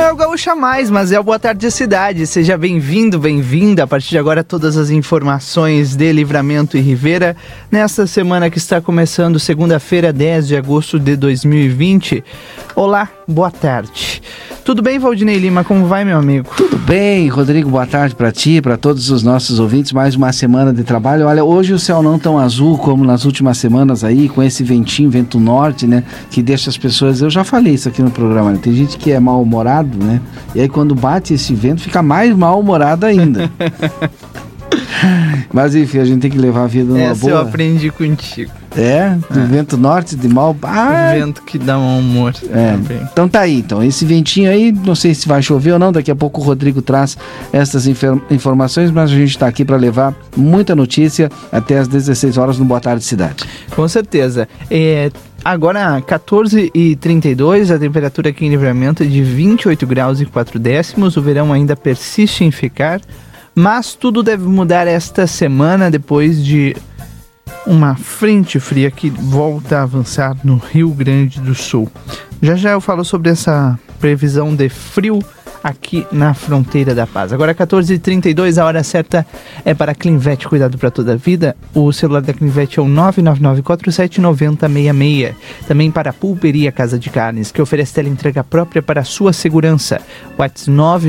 é o Gaúcha Mais, mas é o Boa Tarde Cidade. Seja bem-vindo, bem-vinda. A partir de agora, todas as informações de Livramento e Rivera. Nesta semana que está começando, segunda-feira, 10 de agosto de 2020. Olá, boa tarde. Tudo bem, Valdinei Lima? Como vai, meu amigo? Tudo bem, Rodrigo. Boa tarde para ti, para todos os nossos ouvintes. Mais uma semana de trabalho. Olha, hoje o céu não tão azul como nas últimas semanas aí, com esse ventinho, vento norte, né? Que deixa as pessoas... Eu já falei isso aqui no programa, né? Tem gente que é mal-humorado, né? E aí quando bate esse vento, fica mais mal-humorado ainda. Mas enfim, a gente tem que levar a vida numa boa. Eu aprendi contigo. Do vento norte, de mal... Vento que dá um humor. Então tá aí, esse ventinho aí, não sei se vai chover ou não, daqui a pouco o Rodrigo traz essas informações, mas a gente tá aqui para levar muita notícia até às 16 horas no Boa Tarde Cidade. Com certeza. Agora, 14h32, a temperatura aqui em Livramento é de 28 graus e 4 décimos, o verão ainda persiste em ficar, mas tudo deve mudar esta semana depois de uma frente fria que volta a avançar no Rio Grande do Sul. Já eu falo sobre essa previsão de frio aqui na fronteira da paz. Agora 14h32, a hora certa é para a Clinvet, cuidado para toda a vida. O celular da Clinvet é o 999479066. Também para a Pulperia Casa de Carnes, que oferece teleentrega própria para a sua segurança. WhatsApp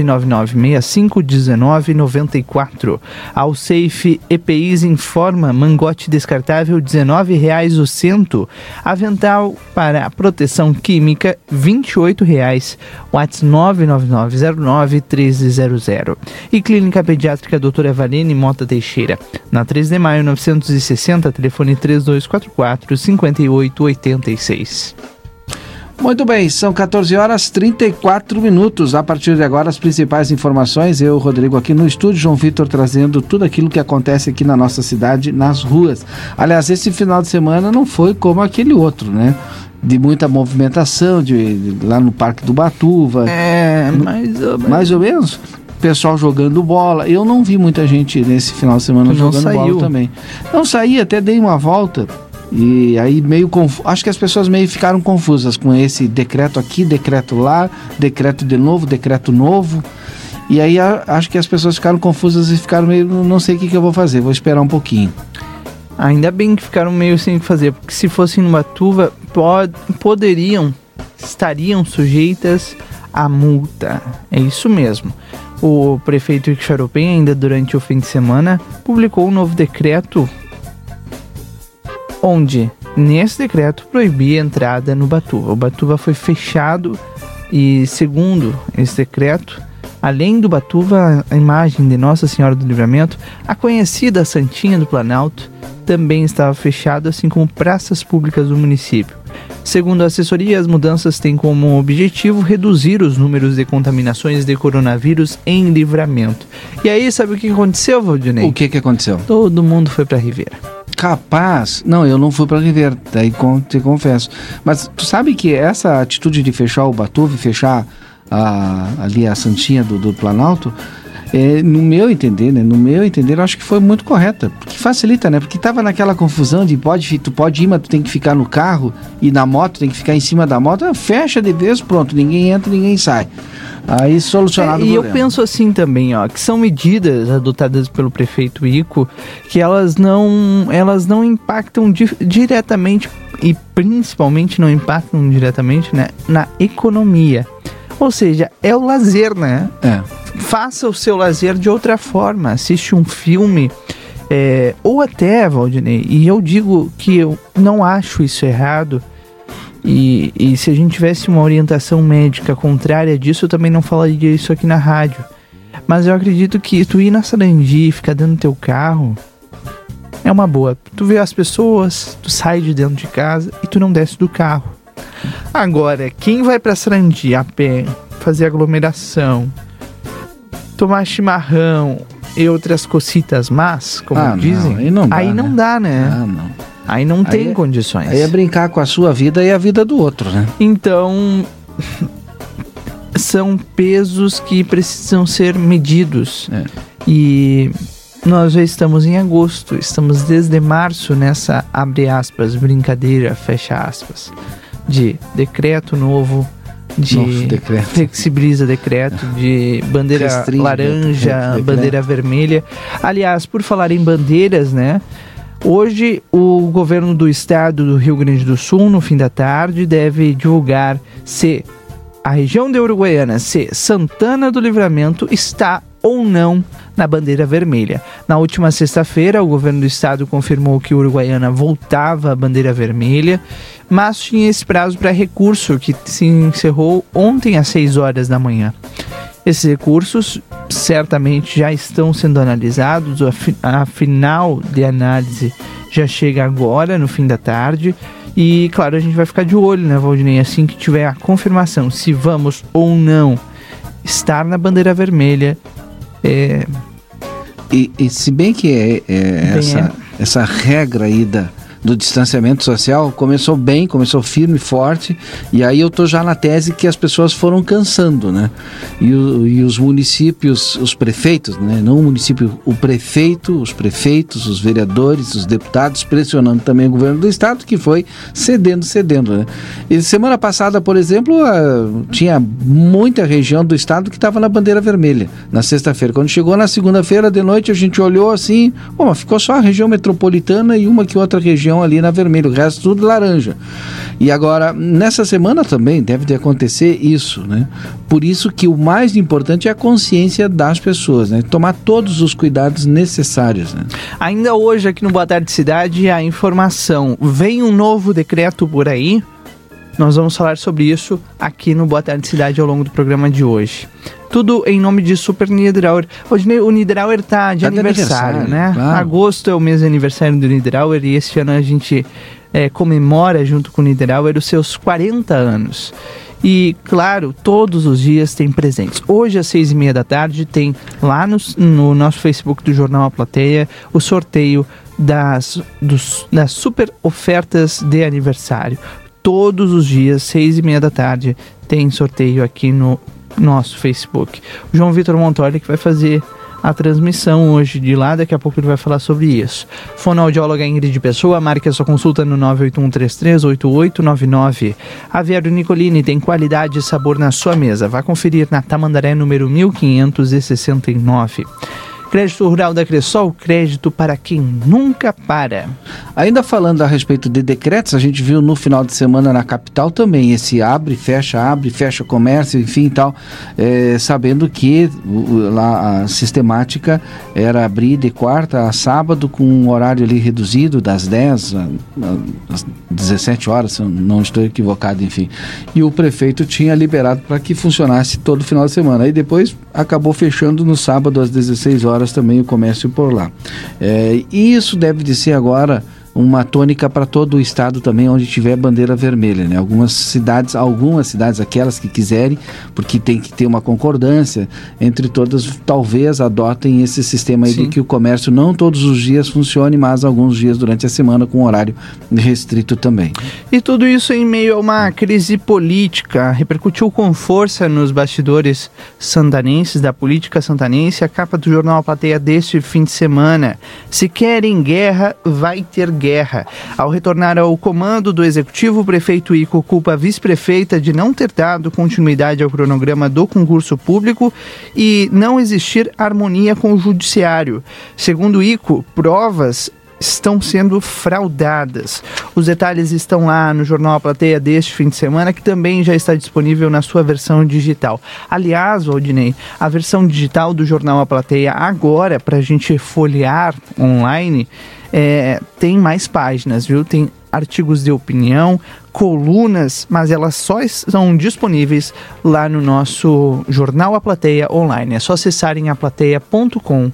999651994. Ao Safe EPIs informa, mangote descartável R$19 o cento. Avental para proteção química R$28. WhatsApp 99909-1300. E Clínica Pediátrica Doutora Valene Mota Teixeira, na 3 de maio 960, telefone 3244-5886. Muito bem, são 14 horas 34 minutos. A partir de agora, as principais informações. Eu, Rodrigo, aqui no estúdio, João Vitor trazendo tudo aquilo que acontece aqui na nossa cidade, nas ruas. Aliás, esse final de semana não foi como aquele outro, né? De muita movimentação, lá no Parque do Batuva. Mais ou menos. Pessoal jogando bola. Eu não vi muita gente nesse final de semana jogando bola também. Não saí, até dei uma volta. E aí meio acho que as pessoas meio ficaram confusas com esse decreto aqui, decreto lá, decreto de novo, decreto novo. E aí acho que as pessoas ficaram confusas e ficaram meio, não sei o que eu vou fazer, vou esperar um pouquinho. Ainda bem que ficaram meio sem o que fazer, porque se fossem numa Batuva, estariam sujeitas a multa. É isso mesmo. O prefeito Ixaropem, ainda durante o fim de semana, publicou um novo decreto onde, nesse decreto, proibia a entrada no Batuva. O Batuva foi fechado e, segundo esse decreto, além do Batuva, a imagem de Nossa Senhora do Livramento, a conhecida Santinha do Planalto, também estava fechado, assim como praças públicas do município. Segundo a assessoria, as mudanças têm como objetivo reduzir os números de contaminações de coronavírus em Livramento. E aí, sabe o que aconteceu, Valdinei? O que aconteceu? Todo mundo foi para Rivera. Capaz? Não, eu não fui para Rivera, daí te confesso. Mas tu sabe que essa atitude de fechar o Batuva e fechar ali a Santinha do Planalto, no meu entender, eu acho que foi muito correta, porque facilita, né? Porque tava naquela confusão de tu pode ir, mas tu tem que ficar no carro, e na moto tem que ficar em cima da moto, fecha de vez, pronto, ninguém entra, ninguém sai. Aí solucionado o problema. E eu penso assim também, que são medidas adotadas pelo prefeito Ico, que elas não impactam diretamente, e principalmente não impactam diretamente, né, na economia. Ou seja, é o lazer, né? Faça o seu lazer de outra forma. Assiste um filme, ou até, Valdinei, e eu digo que eu não acho isso errado, e se a gente tivesse uma orientação médica contrária disso, eu também não falaria isso aqui na rádio. Mas eu acredito que tu ir na Sarandi e ficar dentro do teu carro é uma boa. Tu vê as pessoas, tu sai de dentro de casa e tu não desce do carro. Agora, quem vai pra Sarandi a pé, fazer aglomeração, tomar chimarrão e outras cocitas más, como dizem, aí não dá, né? Não. Aí não tem condições. Aí é brincar com a sua vida e a vida do outro, né? Então, são pesos que precisam ser medidos. E nós já estamos em agosto, estamos desde março nessa, abre aspas, brincadeira, fecha aspas, de decreto novo, flexibiliza decreto, de bandeira Restringe laranja, decreto. bandeira vermelha. Aliás, por falar em bandeiras, né? Hoje, o governo do estado do Rio Grande do Sul, no fim da tarde, deve divulgar se a região de Uruguaiana, se Santana do Livramento está ou não na bandeira vermelha. Na última sexta-feira, o governo do estado confirmou que Uruguaiana voltava à bandeira vermelha, mas tinha esse prazo para recurso que se encerrou ontem às 6 horas da manhã. Esses recursos certamente já estão sendo analisados, a final de análise já chega agora, no fim da tarde, e claro, a gente vai ficar de olho, né, Valdinei, assim que tiver a confirmação se vamos ou não estar na bandeira vermelha. E se bem que essa regra aí do distanciamento social começou bem, começou firme e forte, e aí eu tô já na tese que as pessoas foram cansando, né? E os municípios, os prefeitos, né? Não o município, o prefeito, os prefeitos, os vereadores, os deputados, pressionando também o governo do estado, que foi cedendo, né? E semana passada, por exemplo, tinha muita região do estado que estava na bandeira vermelha, na sexta-feira. Quando chegou na segunda-feira de noite, a gente olhou assim, mas ficou só a região metropolitana e uma que outra região ali na vermelha, o resto tudo laranja. E agora, nessa semana também deve de acontecer isso, né? Por isso que o mais importante é a consciência das pessoas, né? Tomar todos os cuidados necessários, né? Ainda hoje aqui no Boa Tarde Cidade, a informação, vem um novo decreto por aí, nós vamos falar sobre isso aqui no Boa Tarde Cidade ao longo do programa de hoje. Tudo em nome de Super Niederauer. Hoje o Niederauer tá de aniversário, né? Claro. Agosto é o mês de aniversário do Niederauer e este ano a gente comemora junto com o Niederauer os seus 40 anos. E, claro, todos os dias tem presentes. Hoje, às 6h30 da tarde, tem lá no nosso Facebook do Jornal A Plateia o sorteio das super ofertas de aniversário. Todos os dias, 6h30 da tarde, tem sorteio aqui no nosso Facebook. O João Vitor Montoli que vai fazer a transmissão hoje de lá, daqui a pouco ele vai falar sobre isso. Fonoaudióloga Ingrid Pessoa, marque a sua consulta no 981338899. Aviário Nicolini tem qualidade e sabor na sua mesa. Vá conferir na Tamandaré número 1569. Crédito Rural da Cressol, crédito para quem nunca para. Ainda falando a respeito de decretos, a gente viu no final de semana na capital também esse abre, fecha comércio, enfim e tal, sabendo que lá a sistemática era abrir de quarta a sábado com um horário ali reduzido das 10 às 17 horas, se eu não estou equivocado, enfim. E o prefeito tinha liberado para que funcionasse todo final de semana. Aí depois acabou fechando no sábado às 16 horas também o comércio por lá. E isso deve de ser agora uma tônica para todo o estado também, onde tiver bandeira vermelha, né? Algumas cidades, aquelas que quiserem, porque tem que ter uma concordância entre todas, talvez adotem esse sistema aí de que o comércio não todos os dias funcione, mas alguns dias durante a semana com horário restrito também. E tudo isso em meio a uma crise política, repercutiu com força nos bastidores santanenses, da política santanense, a capa do Jornal A Plateia deste fim de semana. Se querem guerra, vai ter guerra. Ao retornar ao comando do executivo, o prefeito Ico culpa a vice-prefeita de não ter dado continuidade ao cronograma do concurso público e não existir harmonia com o judiciário. Segundo Ico, provas estão sendo fraudadas. Os detalhes estão lá no Jornal A Plateia deste fim de semana, que também já está disponível na sua versão digital. Aliás, Valdinei, a versão digital do Jornal A Plateia agora, para a gente folhear online, tem mais páginas, viu? Tem artigos de opinião, colunas, mas elas só estão disponíveis lá no nosso Jornal A Plateia online. É só acessarem aplateia.com.br.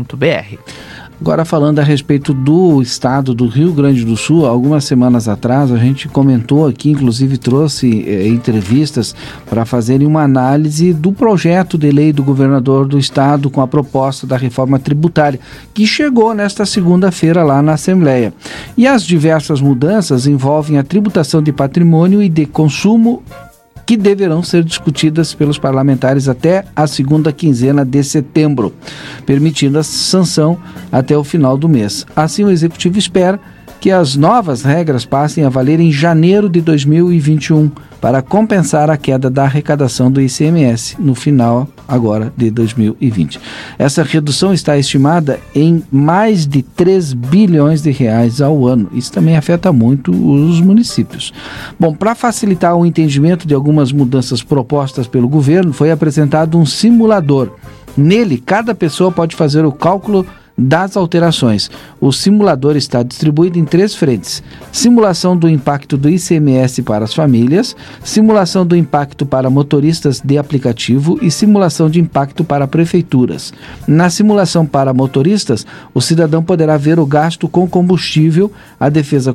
Agora falando a respeito do estado do Rio Grande do Sul, algumas semanas atrás a gente comentou aqui, inclusive trouxe entrevistas para fazerem uma análise do projeto de lei do governador do estado com a proposta da reforma tributária, que chegou nesta segunda-feira lá na Assembleia. E as diversas mudanças envolvem a tributação de patrimônio e de consumo, que deverão ser discutidas pelos parlamentares até a segunda quinzena de setembro, permitindo a sanção até o final do mês. Assim, o Executivo espera que as novas regras passem a valer em janeiro de 2021 para compensar a queda da arrecadação do ICMS no final agora de 2020. Essa redução está estimada em mais de 3 bilhões de reais ao ano. Isso também afeta muito os municípios. Bom, para facilitar o entendimento de algumas mudanças propostas pelo governo, foi apresentado um simulador. Nele, cada pessoa pode fazer o cálculo das alterações. O simulador está distribuído em 3 frentes: simulação do impacto do ICMS para as famílias, simulação do impacto para motoristas de aplicativo e simulação de impacto para prefeituras. Na simulação para motoristas, o cidadão poderá ver o gasto com combustível, a despesa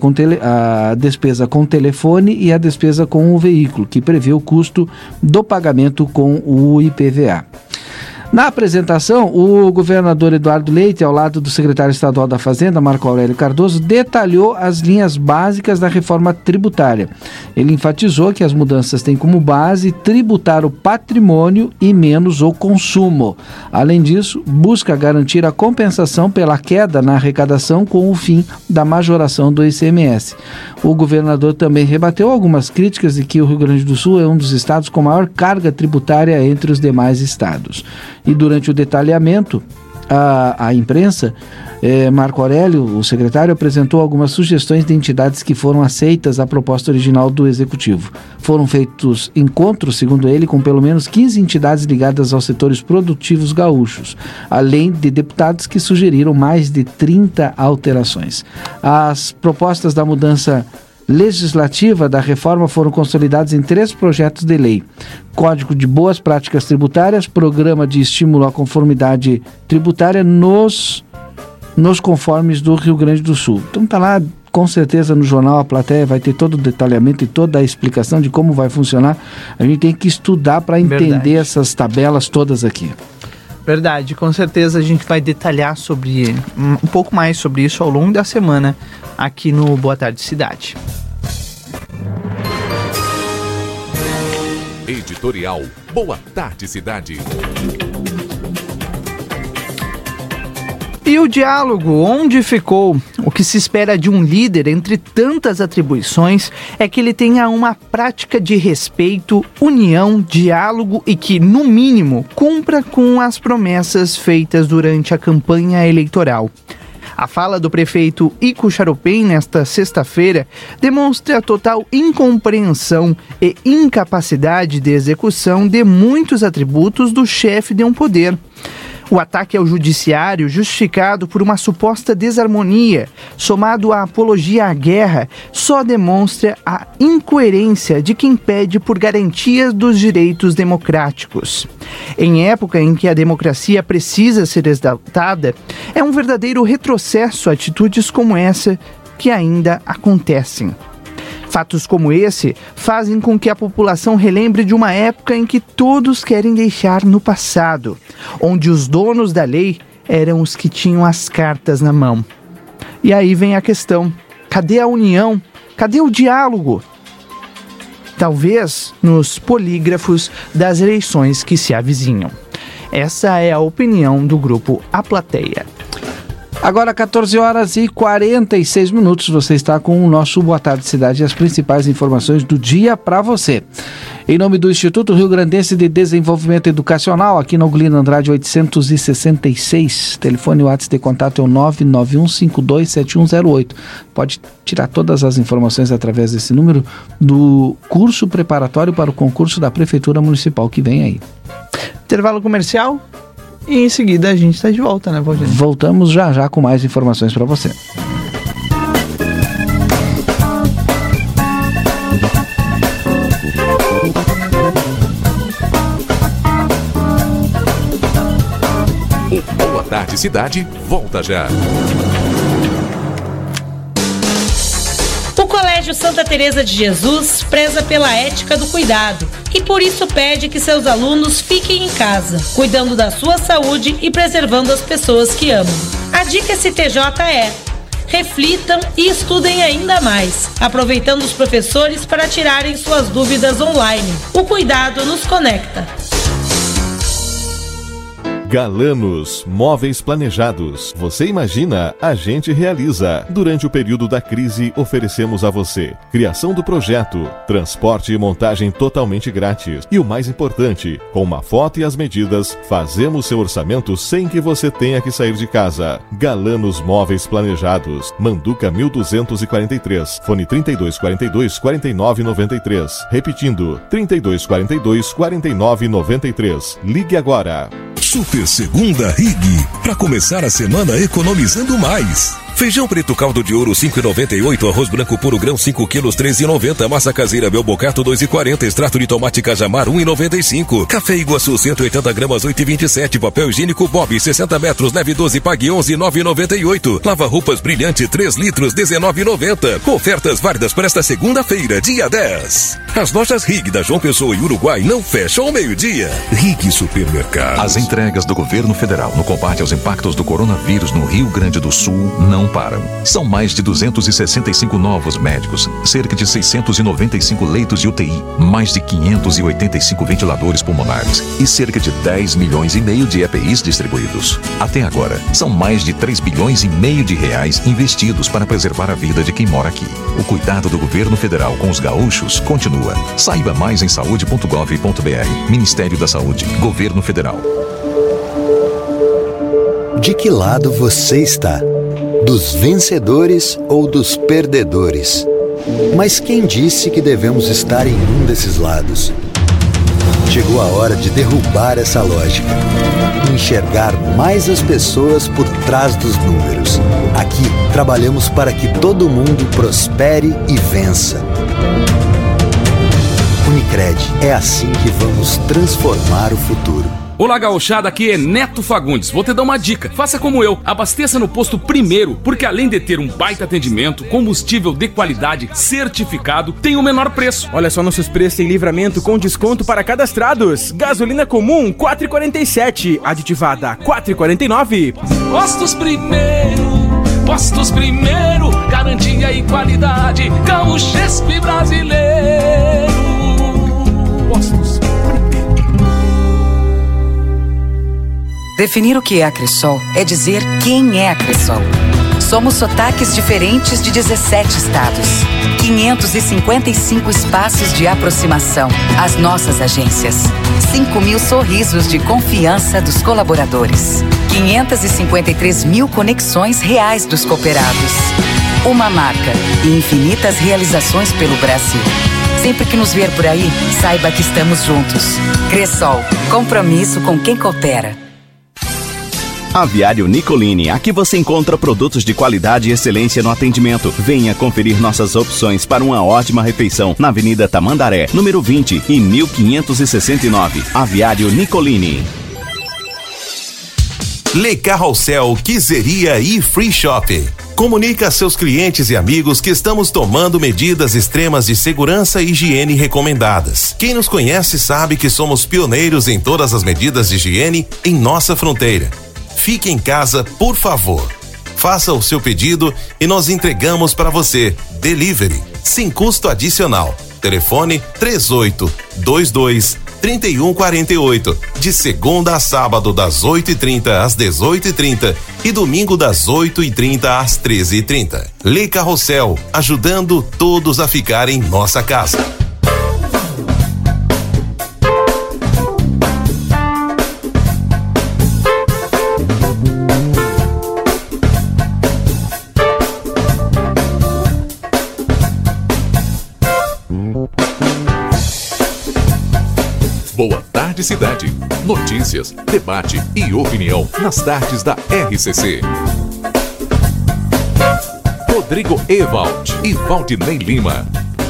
com telefone e a despesa com o veículo, que prevê o custo do pagamento com o IPVA. Na apresentação, o governador Eduardo Leite, ao lado do secretário estadual da Fazenda, Marco Aurélio Cardoso, detalhou as linhas básicas da reforma tributária. Ele enfatizou que as mudanças têm como base tributar o patrimônio e menos o consumo. Além disso, busca garantir a compensação pela queda na arrecadação com o fim da majoração do ICMS. O governador também rebateu algumas críticas de que o Rio Grande do Sul é um dos estados com maior carga tributária entre os demais estados. E durante o detalhamento à imprensa, Marco Aurélio, o secretário, apresentou algumas sugestões de entidades que foram aceitas à proposta original do Executivo. Foram feitos encontros, segundo ele, com pelo menos 15 entidades ligadas aos setores produtivos gaúchos, além de deputados que sugeriram mais de 30 alterações. As propostas da mudança legislativa da reforma foram consolidados em 3 projetos de lei: Código de Boas Práticas Tributárias, Programa de Estímulo à Conformidade Tributária nos conformes do Rio Grande do Sul. Então está lá, com certeza no jornal, a plateia vai ter todo o detalhamento e toda a explicação de como vai funcionar. A gente tem que estudar para entender essas tabelas todas aqui. Verdade, com certeza a gente vai detalhar sobre um pouco mais sobre isso ao longo da semana aqui no Boa Tarde Cidade. Editorial Boa Tarde Cidade. E o diálogo, onde ficou? O que se espera de um líder, entre tantas atribuições, é que ele tenha uma prática de respeito, união, diálogo e que, no mínimo, cumpra com as promessas feitas durante a campanha eleitoral. A fala do prefeito Ico Charopem nesta sexta-feira demonstra a total incompreensão e incapacidade de execução de muitos atributos do chefe de um poder. O ataque ao judiciário, justificado por uma suposta desarmonia, somado à apologia à guerra, só demonstra a incoerência de quem pede por garantias dos direitos democráticos. Em época em que a democracia precisa ser exaltada, é um verdadeiro retrocesso atitudes como essa que ainda acontecem. Fatos como esse fazem com que a população relembre de uma época em que todos querem deixar no passado, onde os donos da lei eram os que tinham as cartas na mão. E aí vem a questão: cadê a união? Cadê o diálogo? Talvez nos polígrafos das eleições que se avizinham. Essa é a opinião do grupo A Plateia. Agora 14h46, você está com o nosso Boa Tarde Cidade e as principais informações do dia para você. Em nome do Instituto Rio Grandense de Desenvolvimento Educacional, aqui na Uglino Andrade 866, telefone WhatsApp de contato é o 991527108. Pode tirar todas as informações através desse número do curso preparatório para o concurso da Prefeitura Municipal que vem aí. Intervalo comercial? E em seguida a gente está de volta, né, Valdir? Voltamos já com mais informações para você. O Boa Tarde Cidade volta já. O Colégio Santa Teresa de Jesus preza pela ética do cuidado e por isso pede que seus alunos fiquem em casa, cuidando da sua saúde e preservando as pessoas que amam. A dica STJ é: reflitam e estudem ainda mais, aproveitando os professores para tirarem suas dúvidas online. O cuidado nos conecta. Galanos Móveis Planejados. Você imagina, a gente realiza. Durante o período da crise, oferecemos a você criação do projeto, transporte e montagem totalmente grátis. E o mais importante, com uma foto e as medidas, fazemos seu orçamento sem que você tenha que sair de casa. Galanos Móveis Planejados. Manduca 1243. Fone 3242-4993. Repetindo, 3242-4993. Ligue agora. Super Segunda Rig, para começar a semana economizando mais. Feijão preto caldo de ouro 5,98, arroz branco puro grão 5 quilos 13,90, massa caseira Belbocato 2,40, extrato de tomate Cajamar 1,95, café Iguaçu 180 gramas 8,27, papel higiênico Bob 60 metros leve 12 pague 11,998, lava roupas Brilhante 3 litros 19,90. Ofertas válidas para esta segunda-feira, dia 10. As lojas Rig da João Pessoa e Uruguai não fecham ao meio-dia. Rig Supermercados. As entregas do governo federal no combate aos impactos do coronavírus no Rio Grande do Sul não param. São mais de 265 novos médicos, cerca de 695 leitos de UTI, mais de 585 ventiladores pulmonares e cerca de 10 milhões e meio de EPIs distribuídos. Até agora, são mais de 3 bilhões e meio de reais investidos para preservar a vida de quem mora aqui. O cuidado do governo federal com os gaúchos continua. Saiba mais em saude.gov.br. Ministério da Saúde, Governo Federal. De que lado você está? Dos vencedores ou dos perdedores? Mas quem disse que devemos estar em um desses lados? Chegou a hora de derrubar essa lógica. Enxergar mais as pessoas por trás dos números. Aqui, trabalhamos para que todo mundo prospere e vença. Unicred, é assim que vamos transformar o futuro. Olá, gauchada, aqui é Neto Fagundes. Vou te dar uma dica. Faça como eu. Abasteça no posto Primeiro, porque além de ter um baita atendimento, combustível de qualidade certificado, tem o menor preço. Olha só nossos preços em Livramento com desconto para cadastrados. Gasolina comum, 4,47. Aditivada, 4,49. Postos Primeiro, garantia e qualidade. Gaúchespe brasileiro. Postos Primeiro. Definir o que é a Cressol é dizer quem é a Cressol. Somos sotaques diferentes de 17 estados. 555 espaços de aproximação. As nossas agências. 5.000 sorrisos de confiança dos colaboradores. 553 mil conexões reais dos cooperados. Uma marca e infinitas realizações pelo Brasil. Sempre que nos ver por aí, saiba que estamos juntos. Cressol, compromisso com quem coopera. Aviário Nicolini, aqui você encontra produtos de qualidade e excelência no atendimento. Venha conferir nossas opções para uma ótima refeição na Avenida Tamandaré, número 20 e 1569. Aviário Nicolini. Le Carrossel, Quiseria e Free Shop. Comunica a seus clientes e amigos que estamos tomando medidas extremas de segurança e higiene recomendadas. Quem nos conhece sabe que somos pioneiros em todas as medidas de higiene em nossa fronteira. Fique em casa, por favor. Faça o seu pedido e nós entregamos para você. Delivery, sem custo adicional. Telefone 3822-3148. De segunda a sábado, das 8h30 às 18h30 e domingo das 8h30 às 13h30. Le Carrossel, ajudando todos a ficar em nossa casa. Boa Tarde Cidade. Notícias, debate e opinião nas tardes da RCC. Rodrigo Ewald e Valdinei Lima.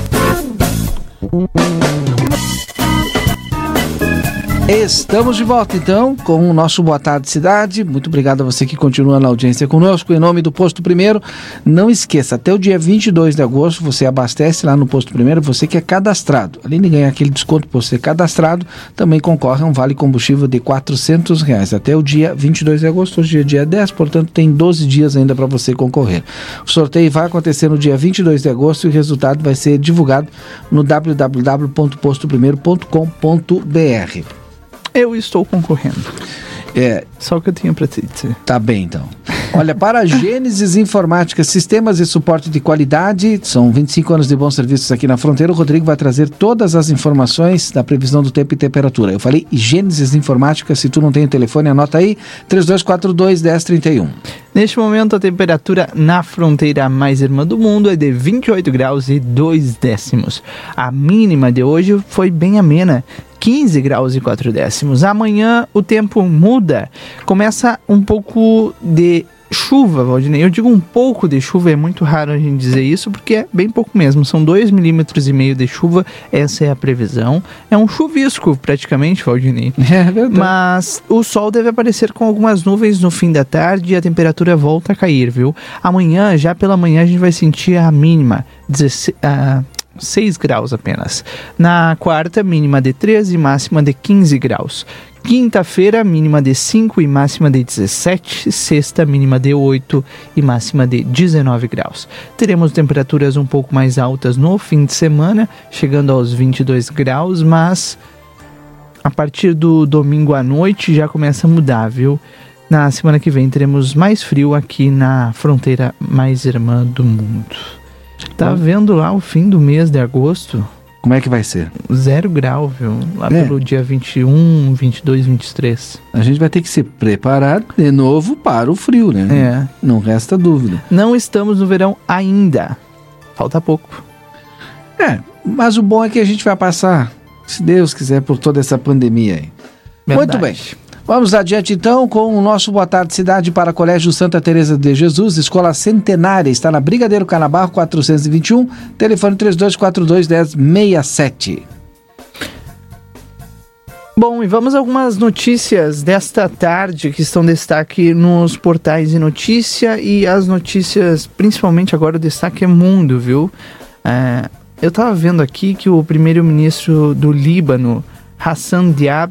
Estamos de volta então com o nosso Boa Tarde Cidade. Muito obrigado a você que continua na audiência conosco. Em nome do Posto Primeiro, não esqueça, até o dia 22 de agosto você abastece lá no Posto Primeiro, você que é cadastrado. Além de ganhar aquele desconto por ser cadastrado, também concorre a um vale combustível de R$400 até o dia 22 de agosto. Hoje é dia 10, portanto tem 12 dias ainda para você concorrer. O sorteio vai acontecer no dia 22 de agosto e o resultado vai ser divulgado no www.postoprimeiro.com.br. Eu estou concorrendo. Só o que eu tinha para te dizer. Tá bem, então. Olha, para a Gênesis Informática, sistemas e suporte de qualidade, são 25 anos de bons serviços aqui na fronteira. O Rodrigo vai trazer todas as informações da previsão do tempo e temperatura. Eu falei Gênesis Informática, se tu não tem o telefone, anota aí, 3242-1031. Neste momento, a temperatura na fronteira mais irmã do mundo é de 28 graus e 2 décimos. A mínima de hoje foi bem amena, 15 graus e 4 décimos. Amanhã o tempo muda, começa um pouco de chuva, Valdinei. Eu digo um pouco de chuva, é muito raro a gente dizer isso, porque é bem pouco mesmo. São 2,5 milímetros de chuva, essa é a previsão. É um chuvisco praticamente, Valdinei. É verdade. Mas o sol deve aparecer com algumas nuvens no fim da tarde e a temperatura volta a cair, viu? Amanhã, já pela manhã, a gente vai sentir a mínima, 6 graus apenas. Na quarta, mínima de 13 e máxima de 15 graus. Quinta-feira, mínima de 5 e máxima de 17. Sexta, mínima de 8 e máxima de 19 graus. Teremos temperaturas um pouco mais altas no fim de semana, chegando aos 22 graus, mas a partir do domingo à noite já começa a mudar, viu? Na semana que vem teremos mais frio aqui na fronteira mais irmã do mundo. Tá vendo lá o fim do mês de agosto? Como é que vai ser? 0 grau, viu? Lá pelo dia 21, 22, 23. A gente vai ter que se preparar de novo para o frio, né? Não resta dúvida. Não estamos no verão ainda. Falta pouco. Mas o bom é que a gente vai passar, se Deus quiser, por toda essa pandemia aí. Verdade. Muito bem. Vamos adiante então com o nosso Boa Tarde Cidade para Colégio Santa Teresa de Jesus, Escola Centenária, está na Brigadeiro Canabarro 421, telefone 3242-1067. Bom, e vamos a algumas notícias desta tarde que estão em destaque nos portais de notícia, e as notícias, principalmente agora, o destaque é mundo, viu? Eu estava vendo aqui que o primeiro-ministro do Líbano, Hassan Diab,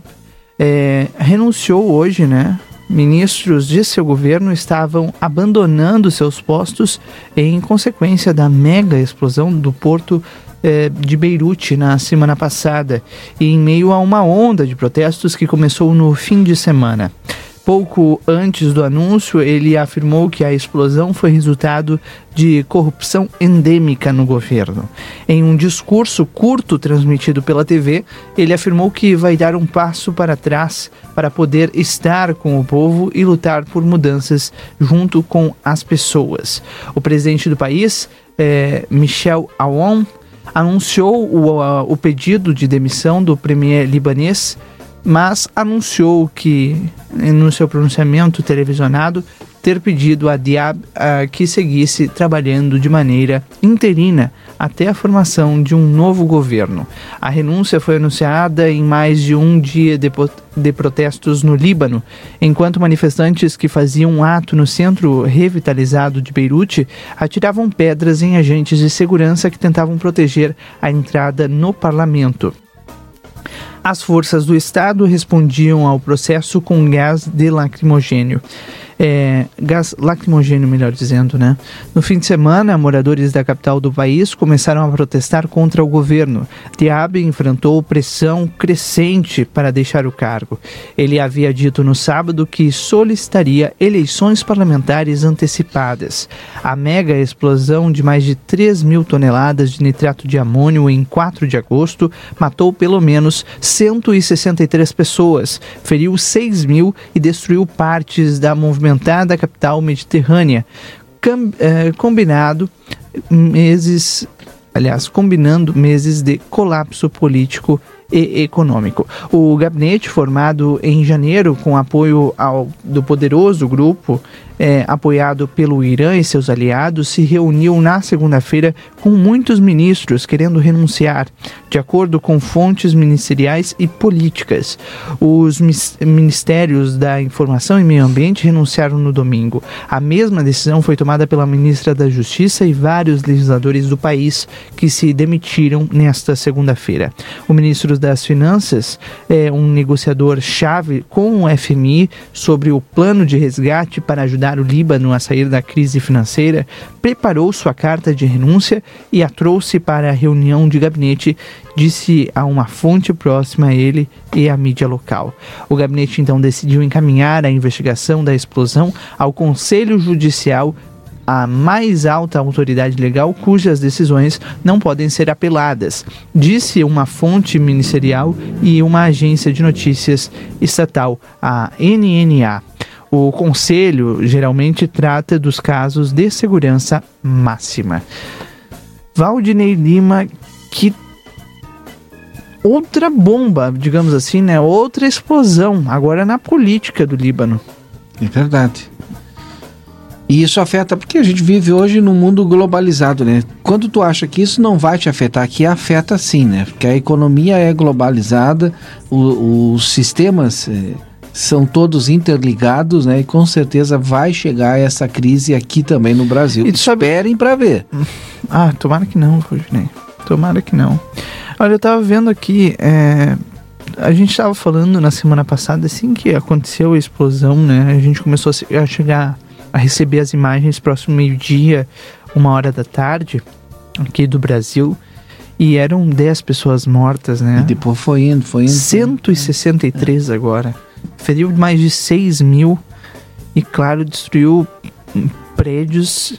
renunciou hoje, né? Ministros de seu governo estavam abandonando seus postos em consequência da mega explosão do porto de Beirute na semana passada, e em meio a uma onda de protestos que começou no fim de semana. Pouco antes do anúncio, ele afirmou que a explosão foi resultado de corrupção endêmica no governo. Em um discurso curto transmitido pela TV, ele afirmou que vai dar um passo para trás para poder estar com o povo e lutar por mudanças junto com as pessoas. O presidente do país, Michel Aoun, anunciou o pedido de demissão do premier libanês, mas anunciou que, no seu pronunciamento televisionado, ter pedido a Diab que seguisse trabalhando de maneira interina até a formação de um novo governo. A renúncia foi anunciada em mais de um dia de protestos no Líbano, enquanto manifestantes que faziam um ato no centro revitalizado de Beirute atiravam pedras em agentes de segurança que tentavam proteger a entrada no parlamento. As forças do Estado respondiam ao processo com gás de lacrimogênio. Gás lacrimogênio, melhor dizendo, né? No fim de semana, moradores da capital do país começaram a protestar contra o governo. Diab enfrentou pressão crescente para deixar o cargo. Ele havia dito no sábado que solicitaria eleições parlamentares antecipadas. A mega explosão de mais de 3 mil toneladas de nitrato de amônio em 4 de agosto matou pelo menos 163 pessoas, feriu 6 mil e destruiu partes da movimentada capital mediterrânea, combinando meses de colapso político e econômico. O gabinete, formado em janeiro com apoio do poderoso grupo apoiado pelo Irã e seus aliados, se reuniu na segunda-feira com muitos ministros querendo renunciar, de acordo com fontes ministeriais e políticas. Os ministérios da Informação e Meio Ambiente renunciaram no domingo. A mesma decisão foi tomada pela ministra da Justiça e vários legisladores do país que se demitiram nesta segunda-feira. O ministro das Finanças, um negociador-chave com o FMI sobre o plano de resgate para ajudar o Líbano a sair da crise financeira, preparou sua carta de renúncia e a trouxe para a reunião de gabinete, disse a uma fonte próxima a ele e à mídia local. O gabinete então decidiu encaminhar a investigação da explosão ao Conselho Judicial, a mais alta autoridade legal cujas decisões não podem ser apeladas, disse uma fonte ministerial e uma agência de notícias estatal, a NNA. O conselho geralmente trata dos casos de segurança máxima. Valdinei Lima, que outra bomba, digamos assim, né? Outra explosão, agora na política do Líbano. É verdade. E isso afeta, porque a gente vive hoje num mundo globalizado, né? Quando tu acha que isso não vai te afetar, que afeta sim, né? Porque a economia é globalizada, os sistemas são todos interligados, né? E com certeza vai chegar essa crise aqui também no Brasil. Esperem para ver. Tomara que não, Rodinei. Tomara que não. Olha, eu tava vendo aqui, a gente estava falando na semana passada, assim que aconteceu a explosão, né? A gente começou a chegar a receber as imagens próximo meio-dia, 1h da tarde, aqui do Brasil, e eram 10 pessoas mortas, né? E depois foi indo. 163 agora. Feriu mais de 6 mil e, claro, destruiu prédios,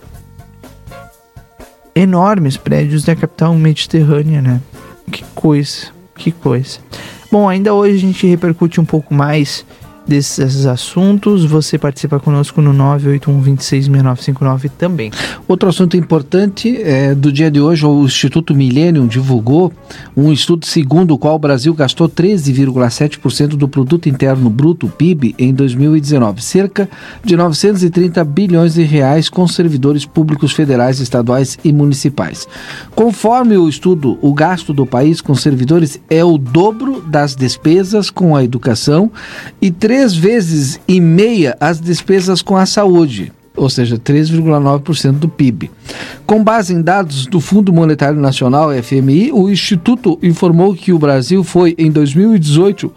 enormes prédios da capital mediterrânea, né? Que coisa. Bom, ainda hoje a gente repercute um pouco mais desses assuntos. Você participa conosco no 981266959 também. Outro assunto importante do dia de hoje, o Instituto Millennium divulgou um estudo segundo o qual o Brasil gastou 13,7% do Produto Interno Bruto, PIB, em 2019, cerca de 930 bilhões de reais com servidores públicos federais, estaduais e municipais. Conforme o estudo, o gasto do país com servidores é o dobro das despesas com a educação e 3,5 vezes as despesas com a saúde, ou seja, 3,9% do PIB. Com base em dados do Fundo Monetário Nacional, FMI, o Instituto informou que o Brasil foi, em 2018,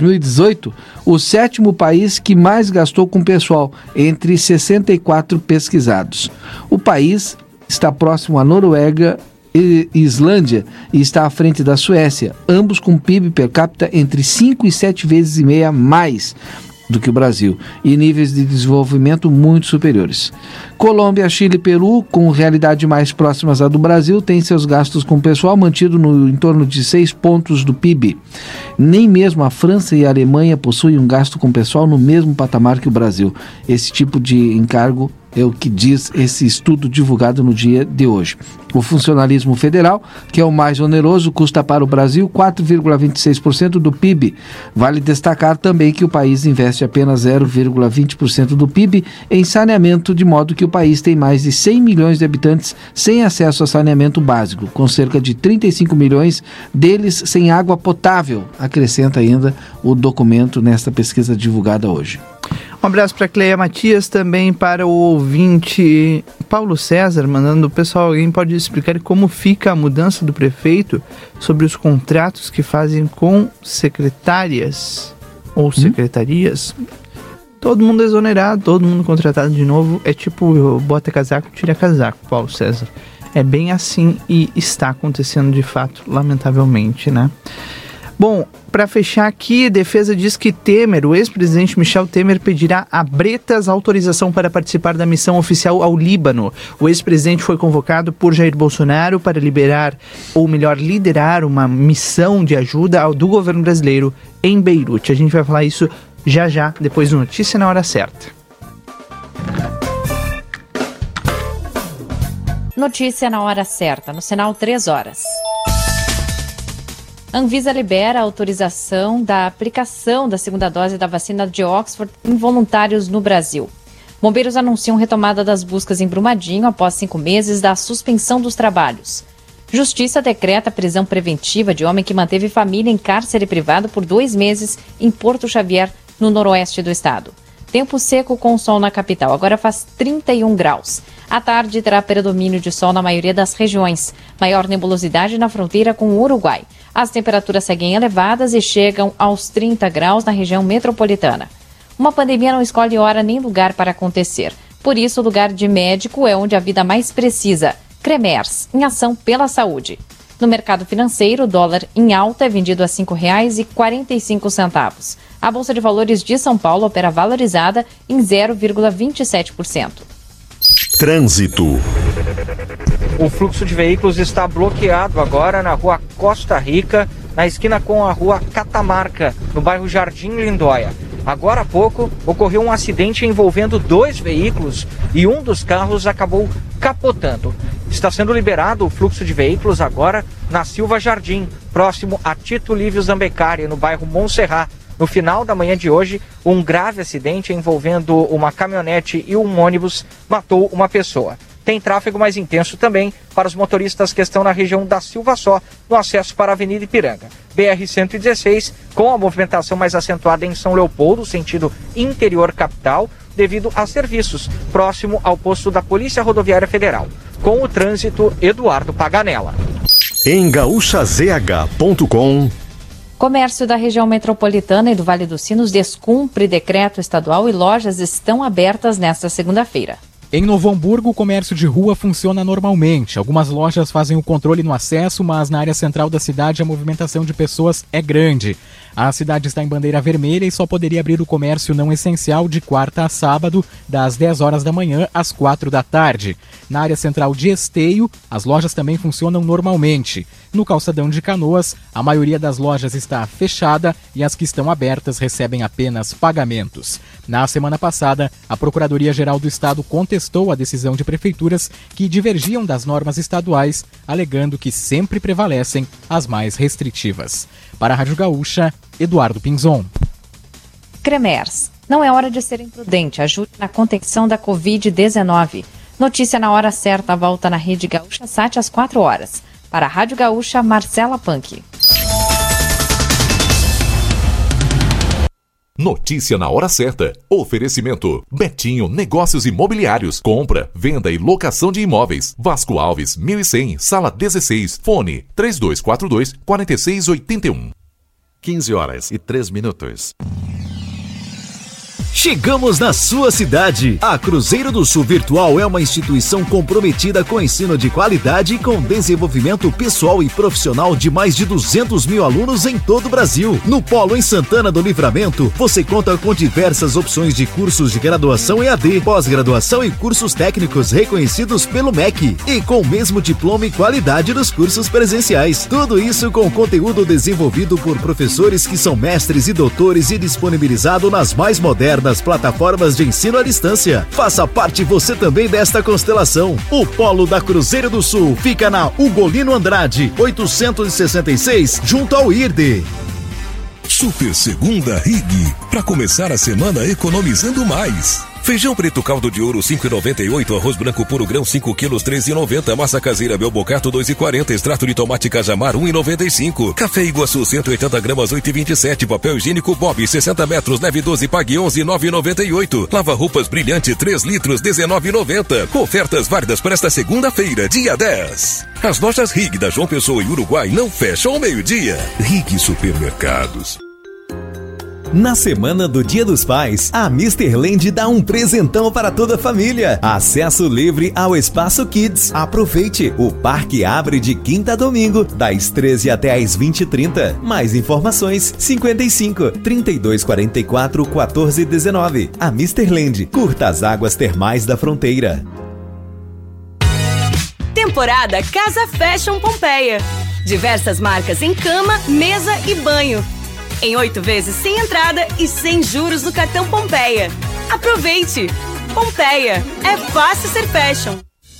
o 7º país que mais gastou com pessoal, entre 64 pesquisados. O país está próximo à Noruega e Islândia e está à frente da Suécia, ambos com PIB per capita entre 5 e 7 vezes e meia mais do que o Brasil e níveis de desenvolvimento muito superiores. Colômbia, Chile e Peru, com realidade mais próximas à do Brasil, têm seus gastos com pessoal mantido em torno de 6 pontos do PIB. Nem mesmo a França e a Alemanha possuem um gasto com pessoal no mesmo patamar que o Brasil. Esse tipo de encargo é o que diz esse estudo divulgado no dia de hoje. O funcionalismo federal, que é o mais oneroso, custa para o Brasil 4,26% do PIB. Vale destacar também que o país investe apenas 0,20% do PIB em saneamento, de modo que o país tem mais de 100 milhões de habitantes sem acesso a saneamento básico, com cerca de 35 milhões deles sem água potável, acrescenta ainda o documento nesta pesquisa divulgada hoje. Um abraço para Cleia Matias, também para o ouvinte Paulo César, mandando: pessoal, alguém pode explicar como fica a mudança do prefeito sobre os contratos que fazem com secretárias ou secretarias? Todo mundo exonerado, todo mundo contratado de novo, é tipo bota casaco, tira casaco, Paulo César. É bem assim e está acontecendo de fato, lamentavelmente, né? Bom, para fechar aqui, a defesa diz que o ex-presidente Michel Temer, pedirá a Bretas autorização para participar da missão oficial ao Líbano. O ex-presidente foi convocado por Jair Bolsonaro para liderar uma missão de ajuda do governo brasileiro em Beirute. A gente vai falar isso já, depois do Notícia na Hora Certa. Notícia na Hora Certa, no sinal 3 horas. Anvisa libera a autorização da aplicação da segunda dose da vacina de Oxford em voluntários no Brasil. Bombeiros anunciam retomada das buscas em Brumadinho após 5 meses da suspensão dos trabalhos. Justiça decreta prisão preventiva de homem que manteve família em cárcere privado por 2 meses em Porto Xavier, no noroeste do estado. Tempo seco com sol na capital, agora faz 31 graus. À tarde terá predomínio de sol na maioria das regiões. Maior nebulosidade na fronteira com o Uruguai. As temperaturas seguem elevadas e chegam aos 30 graus na região metropolitana. Uma pandemia não escolhe hora nem lugar para acontecer. Por isso, o lugar de médico é onde a vida mais precisa. Cremers, em ação pela saúde. No mercado financeiro, o dólar em alta é vendido a R$ 5,45. A Bolsa de Valores de São Paulo opera valorizada em 0,27%. Trânsito. O fluxo de veículos está bloqueado agora na rua Costa Rica, na esquina com a rua Catamarca, no bairro Jardim Lindóia. Agora há pouco ocorreu um acidente envolvendo 2 veículos e um dos carros acabou capotando. Está sendo liberado o fluxo de veículos agora na Silva Jardim, próximo a Tito Lívio Zambecari, no bairro Montserrat. No final da manhã de hoje, um grave acidente envolvendo uma caminhonete e um ônibus matou uma pessoa. Tem tráfego mais intenso também para os motoristas que estão na região da Silva Só, no acesso para a Avenida Ipiranga. BR-116, com a movimentação mais acentuada em São Leopoldo, sentido interior capital, devido a serviços próximo ao posto da Polícia Rodoviária Federal. Com o trânsito, Eduardo Paganella. Em gaúchazh.com. Comércio da região metropolitana e do Vale dos Sinos descumpre decreto estadual e lojas estão abertas nesta segunda-feira. Em Novo Hamburgo, o comércio de rua funciona normalmente. Algumas lojas fazem o controle no acesso, mas na área central da cidade a movimentação de pessoas é grande. A cidade está em bandeira vermelha e só poderia abrir o comércio não essencial de quarta a sábado, das 10 horas da manhã às 4 da tarde. Na área central de Esteio, as lojas também funcionam normalmente. No calçadão de Canoas, a maioria das lojas está fechada e as que estão abertas recebem apenas pagamentos. Na semana passada, a Procuradoria-Geral do Estado contestou a decisão de prefeituras que divergiam das normas estaduais, alegando que sempre prevalecem as mais restritivas. Para a Rádio Gaúcha, Eduardo Pinzon. Cremers. Não é hora de ser imprudente. Ajude na contenção da Covid-19. Notícia na hora certa, volta na Rede Gaúcha Sat às 4 horas. Para a Rádio Gaúcha, Marcela Punk. Notícia na hora certa. Oferecimento. Betinho Negócios Imobiliários. Compra, venda e locação de imóveis. Vasco Alves, 1100, sala 16. Fone 3242-4681. 15h03. Chegamos na sua cidade. A Cruzeiro do Sul Virtual é uma instituição comprometida com ensino de qualidade e com desenvolvimento pessoal e profissional de mais de 200 mil alunos em todo o Brasil. No Polo em Santana do Livramento, você conta com diversas opções de cursos de graduação EAD, pós-graduação e cursos técnicos reconhecidos pelo MEC e com o mesmo diploma e qualidade dos cursos presenciais. Tudo isso com conteúdo desenvolvido por professores que são mestres e doutores e disponibilizado nas mais modernas plataformas de ensino à distância. Faça parte você também desta constelação. O Polo da Cruzeiro do Sul fica na Ugolino Andrade, 866, junto ao IRDE. Super Segunda Rig, para começar a semana economizando mais. Feijão preto caldo de ouro 5,98, arroz branco puro grão 5 quilos 3,90, massa caseira Belbocato 2,40, extrato de tomate Cajamar 1,95, café Iguaçu 180 gramas 8,27, papel higiênico Bob 60 metros leve 12 pague 11,998, lava roupas Brilhante 3 litros 19,90. Ofertas válidas para esta segunda-feira, dia 10. As lojas Rig da João Pessoa e Uruguai não fecham ao meio-dia. Rig Supermercados. Na semana do Dia dos Pais, a Mr. Land dá um presentão para toda a família. Acesso livre ao Espaço Kids. Aproveite! O parque abre de quinta a domingo, das 13 até às 20h30. Mais informações, 55 3244 1419. A Mr. Land, curta as águas termais da fronteira. Temporada Casa Fashion Pompeia. Diversas marcas em cama, mesa e banho. Em 8 vezes sem entrada e sem juros no cartão Pompeia. Aproveite! Pompeia, é fácil ser fashion.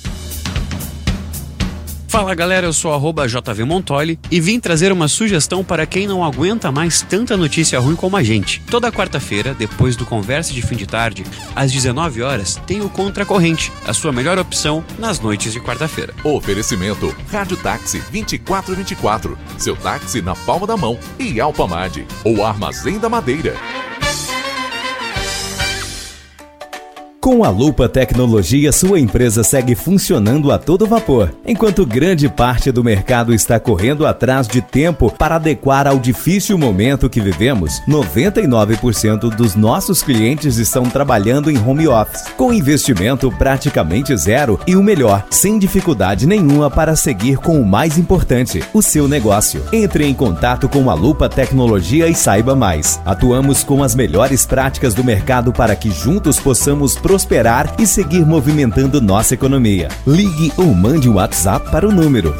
Fala galera, eu sou @JVMontoli e vim trazer uma sugestão para quem não aguenta mais tanta notícia ruim como a gente. Toda quarta-feira, depois do Conversa de Fim de Tarde, às 19 horas, tem o Contracorrente, a sua melhor opção nas noites de quarta-feira. Oferecimento Rádio Táxi 2424, seu táxi na palma da mão, e Alpamad, o Armazém da Madeira. Com a Lupa Tecnologia, sua empresa segue funcionando a todo vapor, enquanto grande parte do mercado está correndo atrás de tempo para adequar ao difícil momento que vivemos. 99% dos nossos clientes estão trabalhando em home office, com investimento praticamente zero e o melhor, sem dificuldade nenhuma para seguir com o mais importante, o seu negócio. Entre em contato com a Lupa Tecnologia e saiba mais. Atuamos com as melhores práticas do mercado para que juntos possamos prosperar e seguir movimentando nossa economia. Ligue ou mande um WhatsApp para o número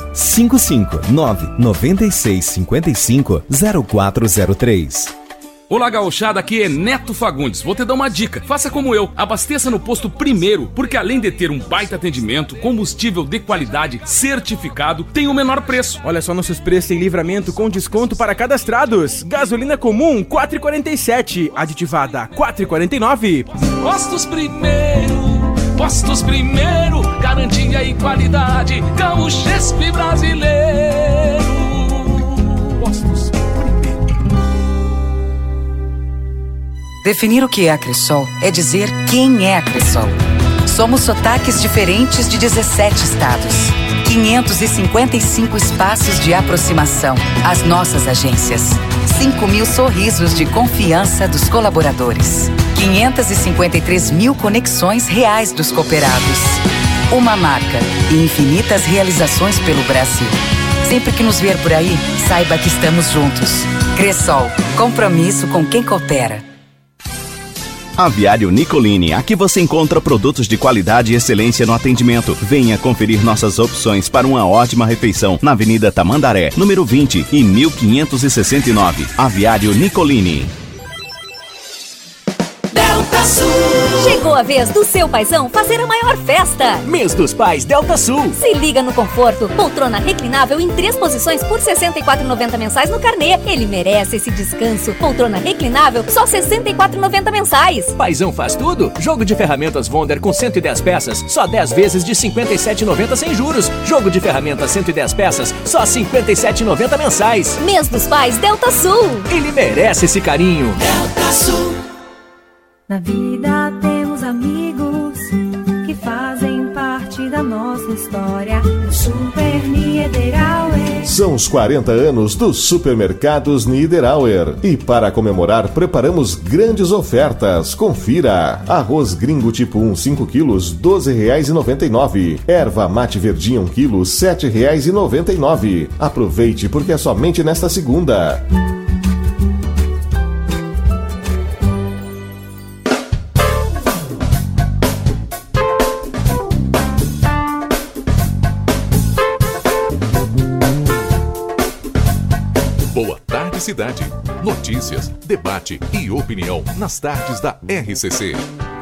559-9655-0403. Olá, gauchada, aqui é Neto Fagundes. Vou te dar uma dica. Faça como eu. Abasteça no posto primeiro, porque além de ter um baita atendimento, combustível de qualidade certificado, tem o menor preço. Olha só nossos preços em Livramento com desconto para cadastrados. Gasolina comum, 4,47. Aditivada, 4,49. Postos primeiro, garantia e qualidade. Gauchespe brasileiro. Postos Definir o que é a Cressol é dizer quem é a Cressol. Somos sotaques diferentes de 17 estados. 555 espaços de aproximação. As nossas agências. 5.000 sorrisos de confiança dos colaboradores. 553 mil conexões reais dos cooperados. Uma marca e infinitas realizações pelo Brasil. Sempre que nos ver por aí, saiba que estamos juntos. Cressol. Compromisso com quem coopera. Aviário Nicolini, aqui você encontra produtos de qualidade e excelência no atendimento. Venha conferir nossas opções para uma ótima refeição na Avenida Tamandaré, número 20 e 1569. Aviário Nicolini. Delta Sul. Chegou a vez do seu paizão fazer a maior festa. Mês dos Pais Delta Sul. Se liga no conforto. Poltrona reclinável em 3 posições por R$ 64,90 mensais no carnê. Ele merece esse descanso. Poltrona reclinável, só R$ 64,90 mensais. Paizão faz tudo? Jogo de ferramentas Wonder com 110 peças, só 10 vezes de R$ 57,90 sem juros. Jogo de ferramentas 110 peças, só R$ 57,90 mensais. Mês dos Pais Delta Sul. Ele merece esse carinho. Delta Sul. Na vida temos amigos que fazem parte da nossa história. O Super Niederauer. São os 40 anos dos supermercados Niederauer. E para comemorar, preparamos grandes ofertas. Confira. Arroz gringo tipo 1, 5 quilos, R$ 12,99. Erva mate verdinha 1 quilo, R$ 7,99. Aproveite porque é somente nesta segunda. Cidade. Notícias, debate e opinião nas tardes da RCC.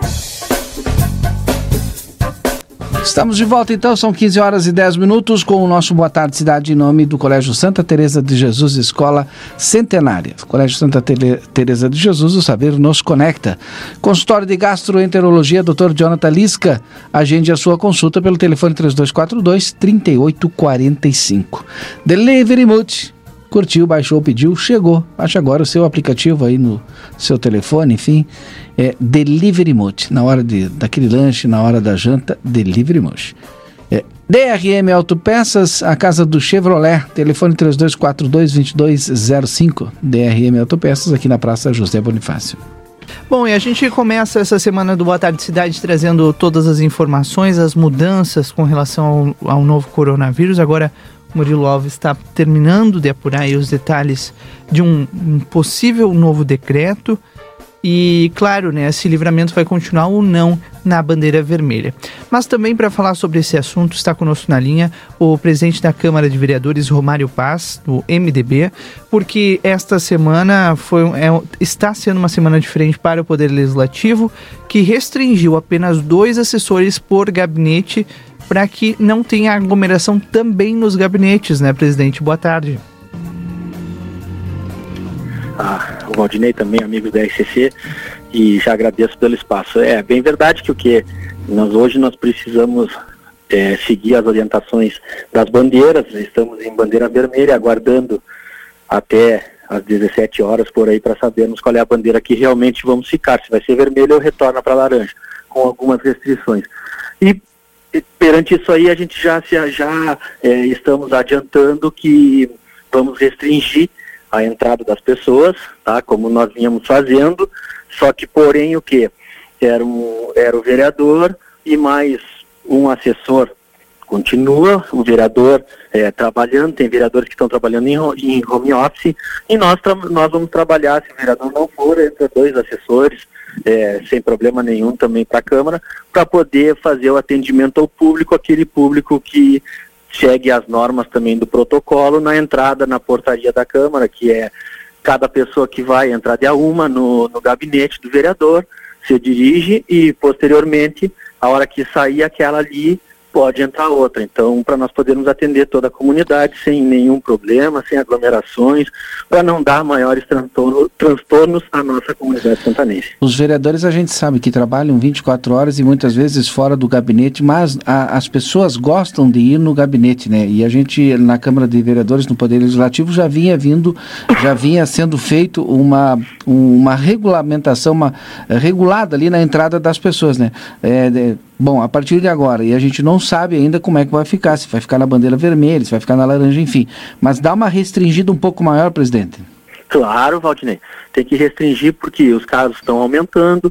Estamos de volta então, são 15 horas e 10 minutos com o nosso Boa Tarde Cidade em nome do Colégio Santa Teresa de Jesus, Escola Centenária. Colégio Santa Teresa de Jesus, o saber nos conecta. Consultório de Gastroenterologia, Dr. Jonathan Lisca. Agende a sua consulta pelo telefone 3242-3845. Delivery Multi. Curtiu, baixou, pediu, chegou. Baixa agora o seu aplicativo aí no seu telefone, enfim. É Delivery Multi. Na hora daquele lanche, na hora da janta, Delivery Multi. DRM Autopeças, a casa do Chevrolet. Telefone 3242-2205. DRM Autopeças, aqui na Praça José Bonifácio. Bom, e a gente começa essa semana do Boa Tarde Cidade trazendo todas as informações, as mudanças com relação ao novo coronavírus. Agora, Murilo Alves está terminando de apurar aí os detalhes de um possível novo decreto e, claro, né, se Livramento vai continuar ou não na bandeira vermelha. Mas também para falar sobre esse assunto está conosco na linha o presidente da Câmara de Vereadores, Romário Paz, do MDB, porque esta semana está sendo uma semana diferente para o Poder Legislativo, que restringiu apenas 2 assessores por gabinete para que não tenha aglomeração também nos gabinetes, né, presidente? Boa tarde. O Valdinei também, amigo da RCC, e já agradeço pelo espaço. É bem verdade que hoje nós precisamos seguir as orientações das bandeiras. Estamos em bandeira vermelha, aguardando até às 17 horas por aí, para sabermos qual é a bandeira que realmente vamos ficar. Se vai ser vermelho, eu retorno para laranja, com algumas restrições. E perante isso aí, a gente já estamos adiantando que vamos restringir a entrada das pessoas, tá? Como nós vínhamos fazendo, só que porém o quê? Era o vereador e mais um assessor. Continua o vereador trabalhando, tem vereadores que estão trabalhando em home office, e nós vamos trabalhar, se o vereador não for, entre 2 assessores, sem problema nenhum também para a Câmara, para poder fazer o atendimento ao público, aquele público que segue as normas também do protocolo na entrada, na portaria da Câmara, que é cada pessoa que vai entrar de a uma no gabinete do vereador, se dirige e posteriormente, a hora que sair aquela ali, pode entrar outra. Então, para nós podermos atender toda a comunidade sem nenhum problema, sem aglomerações, para não dar maiores transtornos à nossa comunidade santanense. Os vereadores, a gente sabe que trabalham 24 horas e muitas vezes fora do gabinete, mas as pessoas gostam de ir no gabinete, né? E a gente, na Câmara de Vereadores, no Poder Legislativo, já vinha sendo feito uma regulamentação, regulada ali na entrada das pessoas, né? Bom, a partir de agora, e a gente não sabe ainda como é que vai ficar, se vai ficar na bandeira vermelha, se vai ficar na laranja, enfim. Mas dá uma restringida um pouco maior, presidente? Claro, Valdinei. Tem que restringir porque os casos estão aumentando,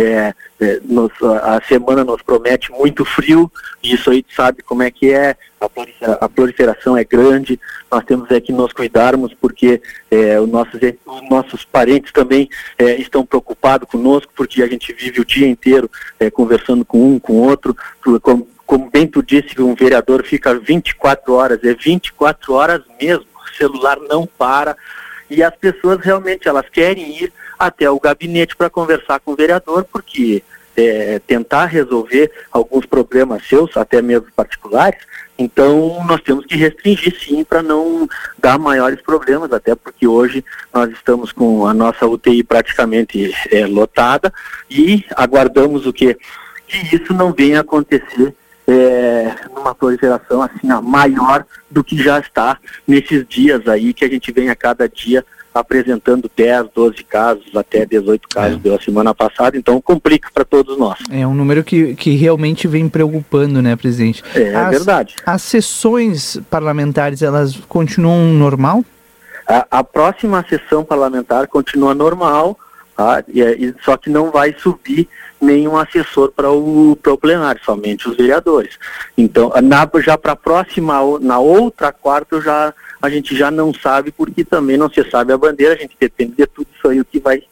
a semana nos promete muito frio, e isso aí sabe como é que é, a proliferação é grande, nós temos que nos cuidarmos porque os nossos parentes também estão preocupados conosco, porque a gente vive o dia inteiro conversando com um, com outro, como bem tu disse, um vereador fica 24 horas, 24 horas mesmo, o celular não para, e as pessoas realmente elas querem ir até o gabinete para conversar com o vereador, porque tentar resolver alguns problemas seus, até mesmo particulares, então nós temos que restringir sim para não dar maiores problemas, até porque hoje nós estamos com a nossa UTI praticamente lotada e aguardamos que isso não venha a acontecer numa proliferação assim maior do que já está nesses dias aí, que a gente vem a cada dia apresentando 10, 12 casos, até 18 casos deu a semana passada, então complica para todos nós. É um número que realmente vem preocupando, né, presidente? É verdade. As sessões parlamentares, elas continuam normal? A próxima sessão parlamentar continua normal, tá? Só que não vai subir nenhum assessor para o plenário, somente os vereadores. Então, já para a próxima, na outra quarta, a gente já não sabe, porque também não se sabe a bandeira, a gente depende de tudo isso aí, o que vai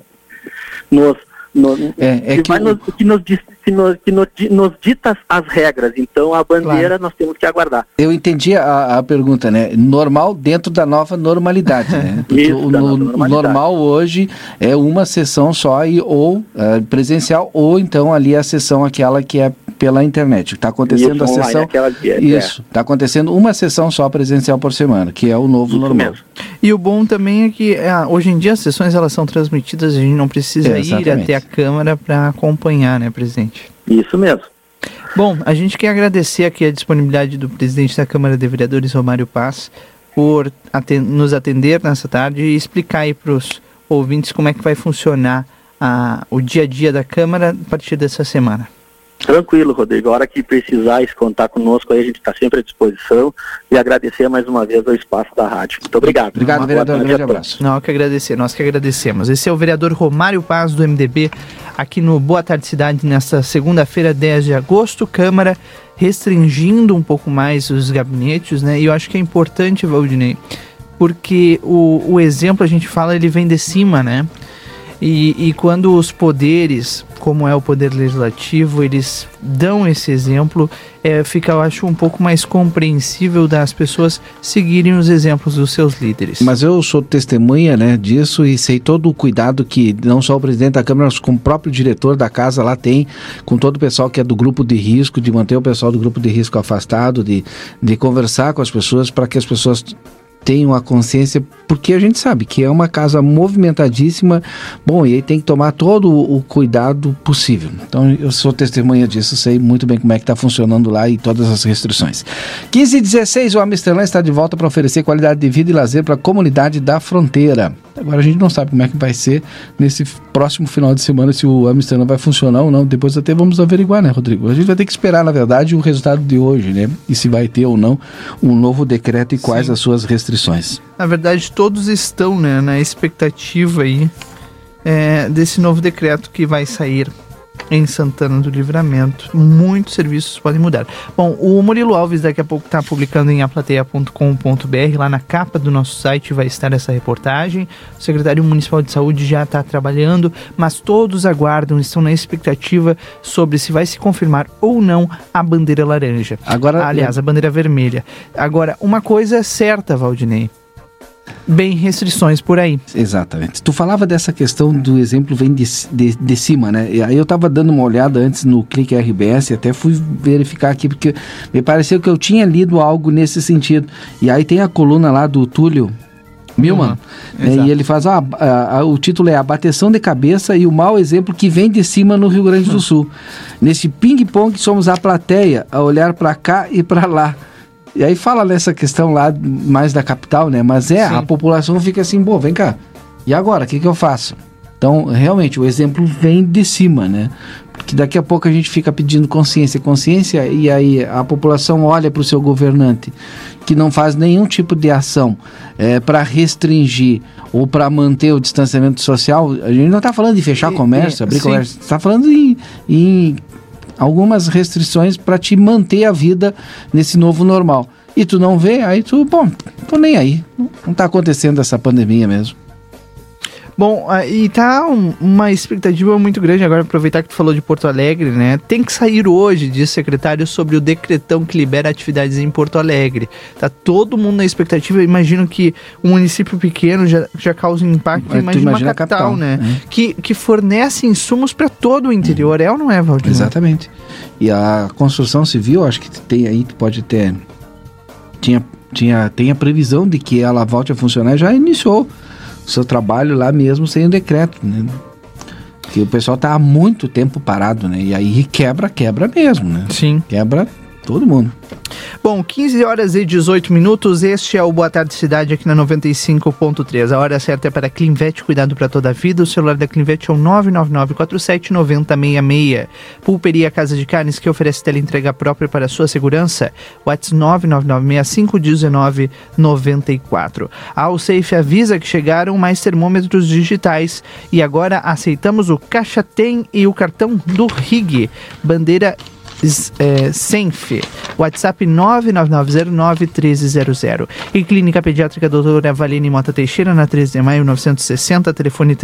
nos dita as regras. Então a bandeira nós temos que aguardar. Eu entendi a pergunta, né? Normal dentro da nova normalidade, né? Isso, normal hoje é uma sessão só ou presencial, ou então ali a sessão aquela que é pela internet. Está acontecendo isso, a sessão. Isso. Está acontecendo uma sessão só presencial por semana, que é o novo normal. Mesmo. E o bom também é que hoje em dia as sessões elas são transmitidas, a gente não precisa ir até a Câmara para acompanhar, né, presidente? Isso mesmo. Bom, a gente quer agradecer aqui a disponibilidade do presidente da Câmara de Vereadores, Romário Paz, por nos atender nessa tarde e explicar aí para os ouvintes como é que vai funcionar o dia a dia da Câmara a partir dessa semana. Tranquilo, Rodrigo. A hora que precisar contar conosco, aí a gente está sempre à disposição, e agradecer mais uma vez o espaço da rádio. Muito obrigado. Obrigado, vereador. Um grande abraço. Nós que agradecemos. Esse é o vereador Romário Paz, do MDB, aqui no Boa Tarde Cidade, nesta segunda-feira, 10 de agosto. Câmara restringindo um pouco mais os gabinetes, né? E eu acho que é importante, Valdinei, porque o exemplo, a gente fala, ele vem de cima, né? E quando os poderes, como é o Poder Legislativo, eles dão esse exemplo, fica, eu acho, um pouco mais compreensível das pessoas seguirem os exemplos dos seus líderes. Mas eu sou testemunha, né, disso, e sei todo o cuidado que não só o presidente da Câmara, mas como o próprio diretor da casa lá tem, com todo o pessoal que é do grupo de risco, de manter o pessoal do grupo de risco afastado, de conversar com as pessoas para que as pessoas tenham a consciência, porque a gente sabe que é uma casa movimentadíssima, bom, e aí tem que tomar todo o cuidado possível. Então eu sou testemunha disso, sei muito bem como é que está funcionando lá e todas as restrições. 15h16, o Amsterdã está de volta para oferecer qualidade de vida e lazer para a comunidade da fronteira. Agora a gente não sabe como é que vai ser nesse próximo final de semana, se o Amsterdã vai funcionar ou não. Depois até vamos averiguar, né, Rodrigo? A gente vai ter que esperar, na verdade, o resultado de hoje, né? E se vai ter ou não um novo decreto e quais as suas restrições. Na verdade, todos estão, né, na expectativa aí desse novo decreto que vai sair em Santana do Livramento. Muitos serviços podem mudar. Bom, o Murilo Alves daqui a pouco está publicando em aplateia.com.br, lá na capa do nosso site vai estar essa reportagem. O secretário municipal de saúde já está trabalhando, mas todos aguardam, estão na expectativa sobre se vai se confirmar ou não a bandeira laranja. Agora, aliás, a bandeira vermelha. Agora, uma coisa é certa, Valdinei. Bem, restrições por aí. Exatamente. Tu falava dessa questão do exemplo vem de cima, né? E aí eu estava dando uma olhada antes no Clique RBS e até fui verificar aqui, porque me pareceu que eu tinha lido algo nesse sentido. E aí tem a coluna lá do Túlio Milman, e ele faz, o título é A Bateção de Cabeça e o Mau Exemplo que Vem de Cima no Rio Grande do Sul. Nesse ping-pong somos a plateia a olhar para cá e para lá. E aí fala nessa questão lá mais da capital, né? Mas a população fica assim, vem cá, e agora, o que eu faço? Então, realmente, o exemplo vem de cima, né? Porque daqui a pouco a gente fica pedindo consciência, e aí a população olha para o seu governante, que não faz nenhum tipo de ação para restringir ou para manter o distanciamento social. A gente não está falando de fechar comércio, abrir comércio, está falando em algumas restrições para te manter a vida nesse novo normal. E tu não vê, aí tô nem aí. Não tá acontecendo essa pandemia mesmo. Bom, e tá uma expectativa muito grande agora, aproveitar que tu falou de Porto Alegre, né? Tem que sair hoje, diz o secretário, sobre o decretão que libera atividades em Porto Alegre. Tá todo mundo na expectativa. Imagino que um município pequeno já causa um impacto. Imagina uma capital, né? Que fornece insumos para todo o interior. É ou não é, Valdir? Exatamente. E a construção civil, acho que tem aí, tu pode ter... Tem a previsão de que ela volte a funcionar, já iniciou o seu trabalho lá mesmo sem o decreto, né? Porque o pessoal tá há muito tempo parado, né? E aí quebra mesmo, né? Sim. Quebra todo mundo. Bom, 15 horas e 18 minutos, este é o Boa Tarde Cidade aqui na 95.3. A hora certa é para Clinvet, cuidado para toda a vida. O celular da Clinvet é o 999-47-9066. Pulperia Casa de Carnes, que oferece teleentrega própria para a sua segurança. WhatsApp 999-6519-94. A Alsafe avisa que chegaram mais termômetros digitais e agora aceitamos o Caixa Tem e o cartão do RIG. Bandeira Senf, WhatsApp 99909-1300. E Clínica Pediátrica Doutora Valine Mota Teixeira, na 13 de maio 960, telefone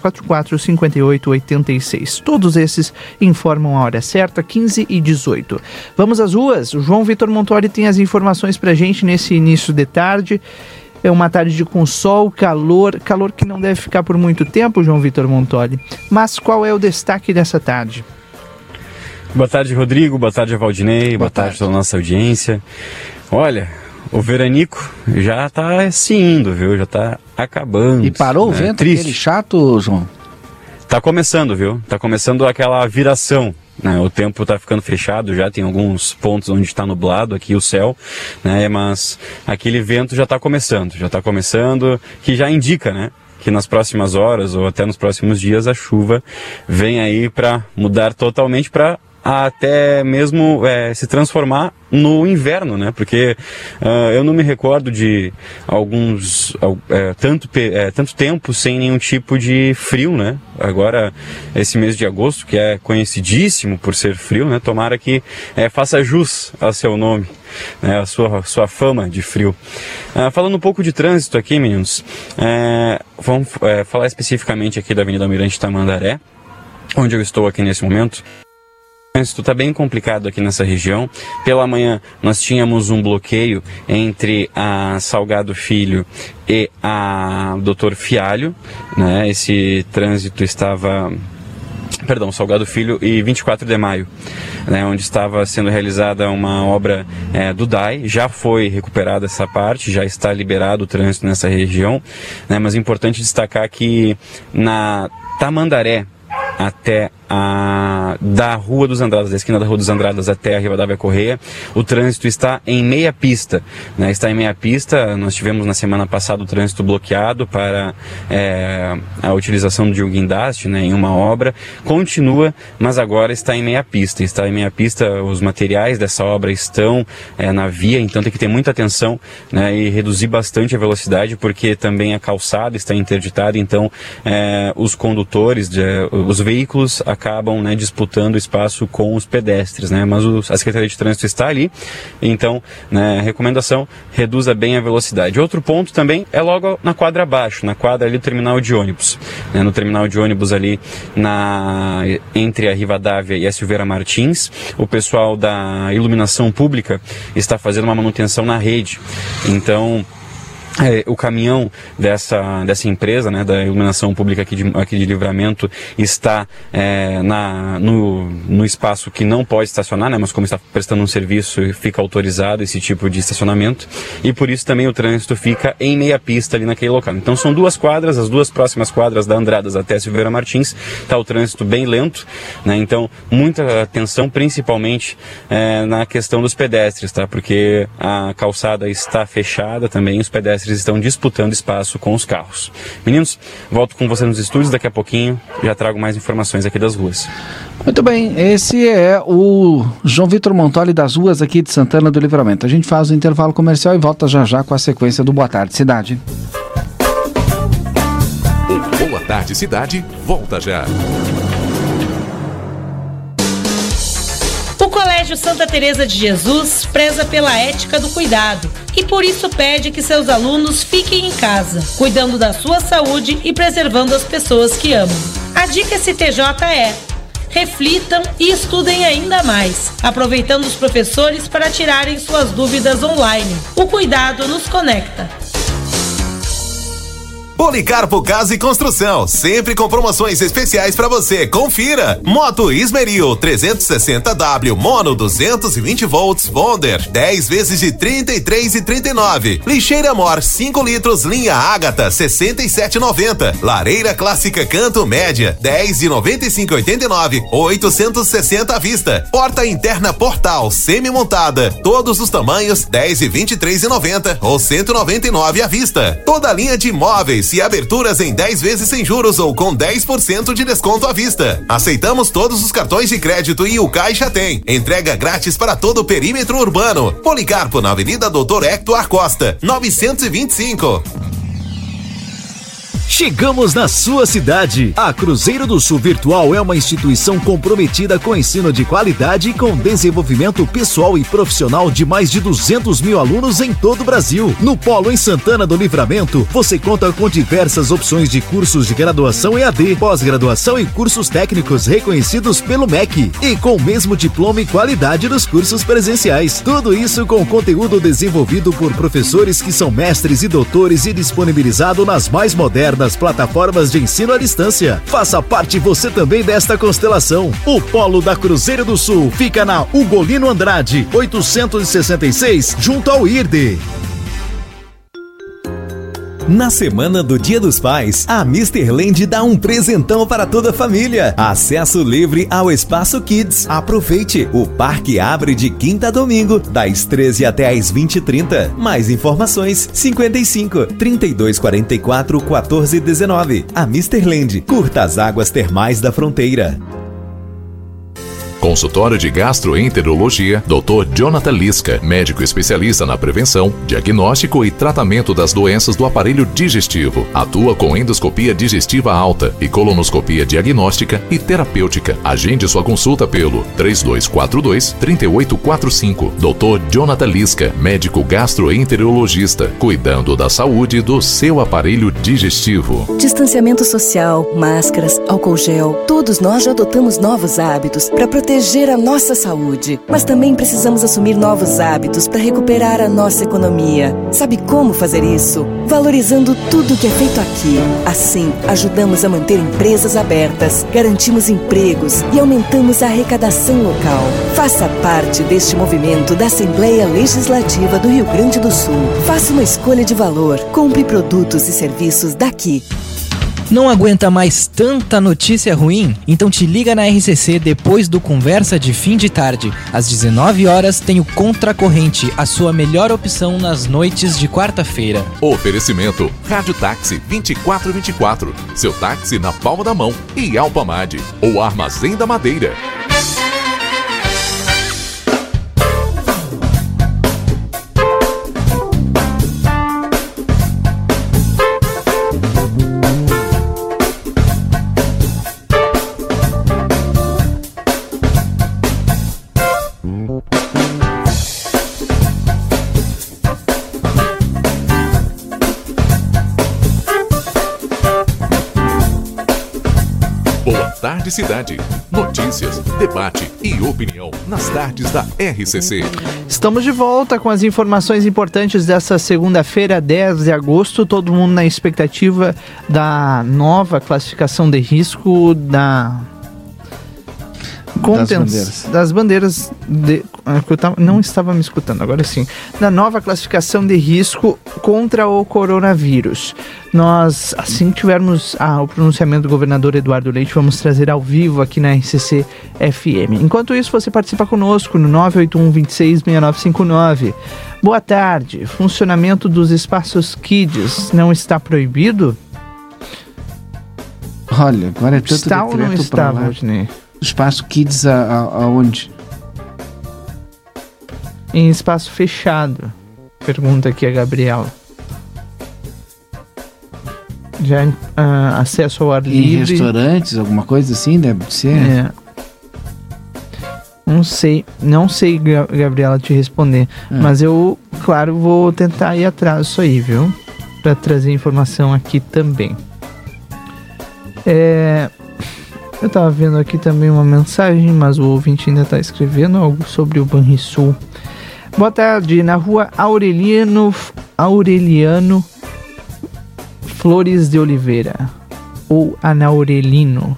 3244-5886. Todos esses informam a hora certa, 15 e 18. Vamos às ruas. O João Vitor Montori tem as informações pra gente nesse início de tarde. É uma tarde com sol, calor que não deve ficar por muito tempo, João Vitor Montori. Mas qual é o destaque dessa tarde? Boa tarde, Rodrigo. Boa tarde, Valdinei. Boa tarde a toda a nossa audiência. Olha, o veranico já tá se indo, viu? Já tá acabando. E parou o vento, triste. Aquele chato, João? Tá começando, viu? Tá começando aquela viração, né? O tempo tá ficando fechado já, tem alguns pontos onde está nublado aqui o céu, né? Mas aquele vento já tá começando, que já indica, né? Que nas próximas horas ou até nos próximos dias a chuva vem aí para mudar totalmente, para até mesmo se transformar no inverno, né? Porque eu não me recordo de tanto tempo sem nenhum tipo de frio, né? Agora, esse mês de agosto, que é conhecidíssimo por ser frio, né? Tomara que faça jus ao seu nome, né? A sua fama de frio. Falando um pouco de trânsito aqui, meninos, vamos falar especificamente aqui da Avenida Almirante Tamandaré, onde eu estou aqui nesse momento. O trânsito está bem complicado aqui nessa região. Pela manhã nós tínhamos um bloqueio entre a Salgado Filho e a Doutor Fialho, né? Esse trânsito estava... Salgado Filho e 24 de maio, né, onde estava sendo realizada uma obra do DAI. Já foi recuperada essa parte, já está liberado o trânsito nessa região, né, mas é importante destacar que na Tamandaré até da Rua dos Andradas, da esquina da Rua dos Andradas até a Rivadavia Correia, o trânsito está em meia pista, né? Está em meia pista. Nós tivemos na semana passada o trânsito bloqueado para a utilização de um guindaste, né, em uma obra. Continua, mas agora está em meia pista. Está em meia pista, os materiais dessa obra estão na via, então tem que ter muita atenção, né, e reduzir bastante a velocidade, porque também a calçada está interditada, então os condutores, os veículos acabam, né, disputando espaço com os pedestres, né, mas a Secretaria de Trânsito está ali, então, né, recomendação, reduza bem a velocidade. Outro ponto também é logo na quadra abaixo, na quadra ali do terminal de ônibus, né, no terminal de ônibus ali entre a Rivadavia e a Silveira Martins, o pessoal da iluminação pública está fazendo uma manutenção na rede, então o caminhão dessa empresa, né, da iluminação pública aqui de Livramento, está no espaço que não pode estacionar, né, mas como está prestando um serviço, fica autorizado esse tipo de estacionamento, e por isso também o trânsito fica em meia pista ali naquele local. Então são duas quadras, as duas próximas quadras da Andradas até Silveira Martins, está o trânsito bem lento, né, então muita atenção principalmente na questão dos pedestres, tá, porque a calçada está fechada também, os pedestres estão disputando espaço com os carros. Meninos, volto com vocês nos estúdios daqui a pouquinho, já trago mais informações aqui das ruas. Muito bem, esse é o João Vitor Montoli das ruas aqui de Santana do Livramento. A gente faz o intervalo comercial e volta já com a sequência do Boa Tarde Cidade. O Boa Tarde Cidade volta já. O Colégio Santa Teresa de Jesus preza pela ética do cuidado e por isso pede que seus alunos fiquem em casa, cuidando da sua saúde e preservando as pessoas que amam. A dica STJ é: reflitam e estudem ainda mais, aproveitando os professores para tirarem suas dúvidas online. O cuidado nos conecta. Policarpo Casa e Construção, sempre com promoções especiais para você. Confira. Moto Esmeril 360W Mono 220 volts Bonder, 10 vezes de R$ 33,39. Lixeira Mor 5 litros linha Ágata 67,90. Lareira Clássica Canto Média 10 de 95,89. 860 à vista. Porta interna Portal semi-montada, todos os tamanhos 10 de 23,90 ou 199 à vista. Toda a linha de móveis e aberturas em 10 vezes sem juros ou com 10% de desconto à vista. Aceitamos todos os cartões de crédito e o Caixa tem. Entrega grátis para todo o perímetro urbano. Policarpo, na Avenida Doutor Hector Costa, 925. Chegamos na sua cidade. A Cruzeiro do Sul Virtual é uma instituição comprometida com ensino de qualidade e com desenvolvimento pessoal e profissional de mais de 200 mil alunos em todo o Brasil. No Polo em Santana do Livramento, você conta com diversas opções de cursos de graduação EAD, pós-graduação e cursos técnicos reconhecidos pelo MEC e com o mesmo diploma e qualidade dos cursos presenciais. Tudo isso com conteúdo desenvolvido por professores que são mestres e doutores e disponibilizado nas mais modernas plataformas de ensino à distância. Faça parte você também desta constelação. O Polo da Cruzeiro do Sul fica na Ugolino Andrade, 866, junto ao IRDE. Na semana do Dia dos Pais, a Mr. Land dá um presentão para toda a família. Acesso livre ao Espaço Kids. Aproveite! O parque abre de quinta a domingo, das 13 até às 20h30. Mais informações: 55 3244 1419. A Mr. Land, curta as águas termais da fronteira. Consultório de Gastroenterologia, Dr. Jonathan Lisca, médico especialista na prevenção, diagnóstico e tratamento das doenças do aparelho digestivo. Atua com endoscopia digestiva alta e colonoscopia diagnóstica e terapêutica. Agende sua consulta pelo 3242-3845. Dr. Jonathan Lisca, médico gastroenterologista, cuidando da saúde do seu aparelho digestivo. Distanciamento social, máscaras, álcool gel, todos nós já adotamos novos hábitos para proteger a nossa saúde, mas também precisamos assumir novos hábitos para recuperar a nossa economia. Sabe como fazer isso? Valorizando tudo que é feito aqui. Assim, ajudamos a manter empresas abertas, garantimos empregos e aumentamos a arrecadação local. Faça parte deste movimento da Assembleia Legislativa do Rio Grande do Sul. Faça uma escolha de valor. Compre produtos e serviços daqui. Não aguenta mais tanta notícia ruim? Então te liga na RCC depois do Conversa de Fim de Tarde. Às 19 horas tem o Contracorrente, a sua melhor opção nas noites de quarta-feira. Oferecimento Rádio Táxi 2424. Seu táxi na palma da mão. E Alpamad, o Armazém da Madeira. Tarde Cidade. Notícias, debate e opinião nas tardes da RCC. Estamos de volta com as informações importantes dessa segunda-feira, 10 de agosto. Todo mundo na expectativa da nova classificação de risco das bandeiras não estava me escutando, agora sim. Da nova classificação de risco contra o coronavírus. Nós, assim que tivermos o pronunciamento do governador Eduardo Leite, vamos trazer ao vivo aqui na RCC FM. Enquanto isso, você participa conosco no 981-26-6959. Boa tarde. Funcionamento dos espaços Kids não está proibido? Olha, agora é tanto está ou não está, Valdinei? Espaço Kids aonde? Em espaço fechado. Pergunta aqui a Gabriela. Já acesso ao ar livre. Em restaurantes, alguma coisa assim, deve ser? Não sei, Gabriela, te responder. Mas eu, claro, vou tentar ir atrás disso aí, viu? Pra trazer informação aqui também. Eu tava vendo aqui também uma mensagem, mas o ouvinte ainda tá escrevendo algo sobre o Banrisul. Boa tarde, na rua Aureliano Flores de Oliveira, ou Anaurelino.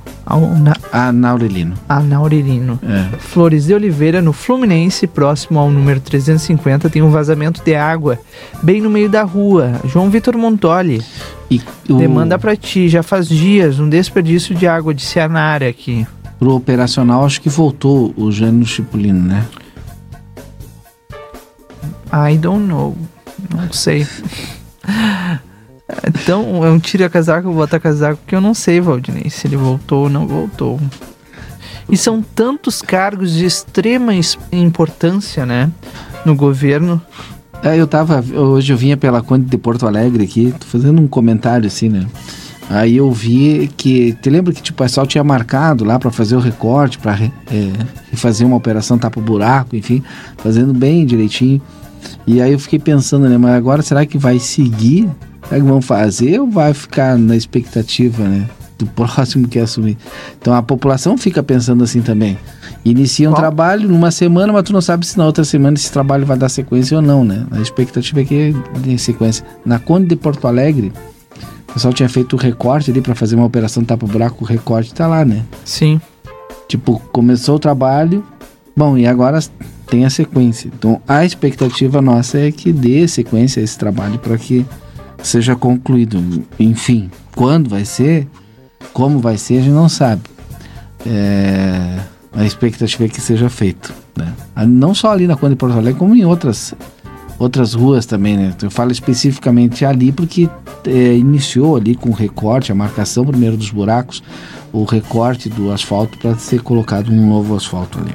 Anaurelino. Flores de Oliveira, no Fluminense, próximo ao número 350, tem um vazamento de água bem no meio da rua. João Vitor Montoli. Demanda pra ti, já faz dias, um desperdício de água de Cianara aqui. Pro operacional, acho que voltou o Jânio Chipolino, né? I don't know. Não sei. Então, é um tira-casaco, bota-casaco, que eu não sei, Valdinei, se ele voltou ou não voltou. E são tantos cargos de extrema importância, né, no governo. Hoje eu vinha pela Conde de Porto Alegre aqui, tô fazendo um comentário assim, né? Aí eu vi que, te lembra que tipo, o pessoal tinha marcado lá para fazer o recorte, para fazer uma operação tapa-buraco, enfim, fazendo bem direitinho. E aí eu fiquei pensando, né, mas agora será que vai seguir? Será que vão fazer ou vai ficar na expectativa, né, do próximo que assumir? Então a população fica pensando assim também. Inicia um trabalho numa semana, mas tu não sabe se na outra semana esse trabalho vai dar sequência ou não, né? A expectativa é que dê sequência. Na Conde de Porto Alegre, o pessoal tinha feito o recorte ali para fazer uma operação tapa-buraco, o recorte tá lá, né? Sim. Tipo, começou o trabalho, bom, e agora tem a sequência. Então a expectativa nossa é que dê sequência a esse trabalho para que seja concluído. Enfim, quando vai ser, como vai ser, a gente não sabe. A expectativa é que seja feito, né? Não só ali na Conde de Porto Alegre, como em outras ruas também, né? Eu falo especificamente ali porque iniciou ali com o recorte, a marcação primeiro dos buracos, o recorte do asfalto para ser colocado um novo asfalto ali.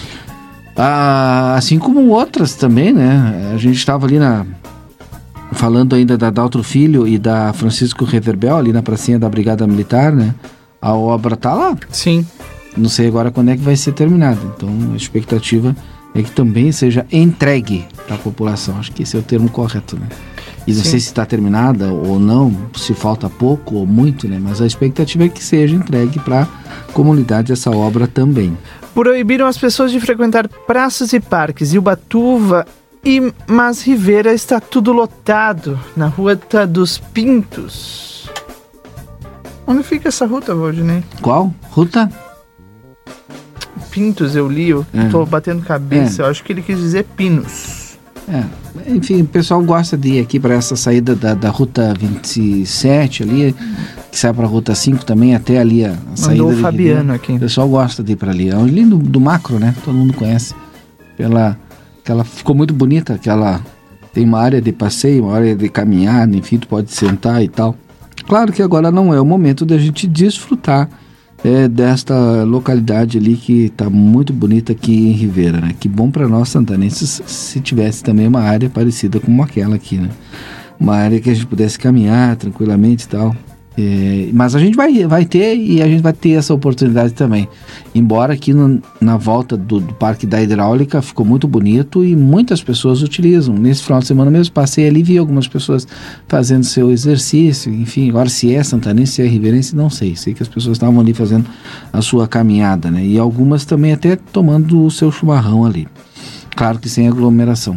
Assim como outras também, né? A gente estava ali falando ainda da Daltro Filho e da Francisco Rederbel, ali na pracinha da Brigada Militar, né? A obra tá lá. Sim. Não sei agora quando é que vai ser terminada. Então a expectativa é que também seja entregue para a população. Acho que esse é o termo correto, né? E não sei se está terminada ou não, se falta pouco ou muito, né? Mas a expectativa é que seja entregue para a comunidade essa obra também. Proibiram as pessoas de frequentar praças e parques em Ubatuva, mas Rivera está tudo lotado na Ruta dos Pintos. Onde fica essa ruta, Valdinei? Qual? Ruta? Pintos, eu li, eu tô batendo cabeça, eu acho que ele quis dizer Pinos. Enfim, o pessoal gosta de ir aqui para essa saída da Ruta 27 ali, que sai para a Rota 5 também, até ali a saída. Mandou o Fabiano Ribeira. aqui. O pessoal gosta de ir para ali. É ali do macro, né? Todo mundo conhece. Aquela ficou muito bonita, aquela... Tem uma área de passeio, uma área de caminhada, enfim, tu pode sentar e tal. Claro que agora não é o momento da gente desfrutar desta localidade ali que está muito bonita aqui em Ribeira, né? Que bom para nós santanenses se tivesse também uma área parecida com aquela aqui, né? Uma área que a gente pudesse caminhar tranquilamente e tal. Mas a gente vai ter, e a gente vai ter essa oportunidade também. Embora aqui na volta do Parque da Hidráulica ficou muito bonito e muitas pessoas utilizam. Nesse final de semana mesmo passei ali e vi algumas pessoas fazendo seu exercício. Enfim, agora se é santanense, se é ribeirense, não sei. Sei que as pessoas estavam ali fazendo a sua caminhada, né? E algumas também até tomando o seu chimarrão ali. Claro que sem aglomeração.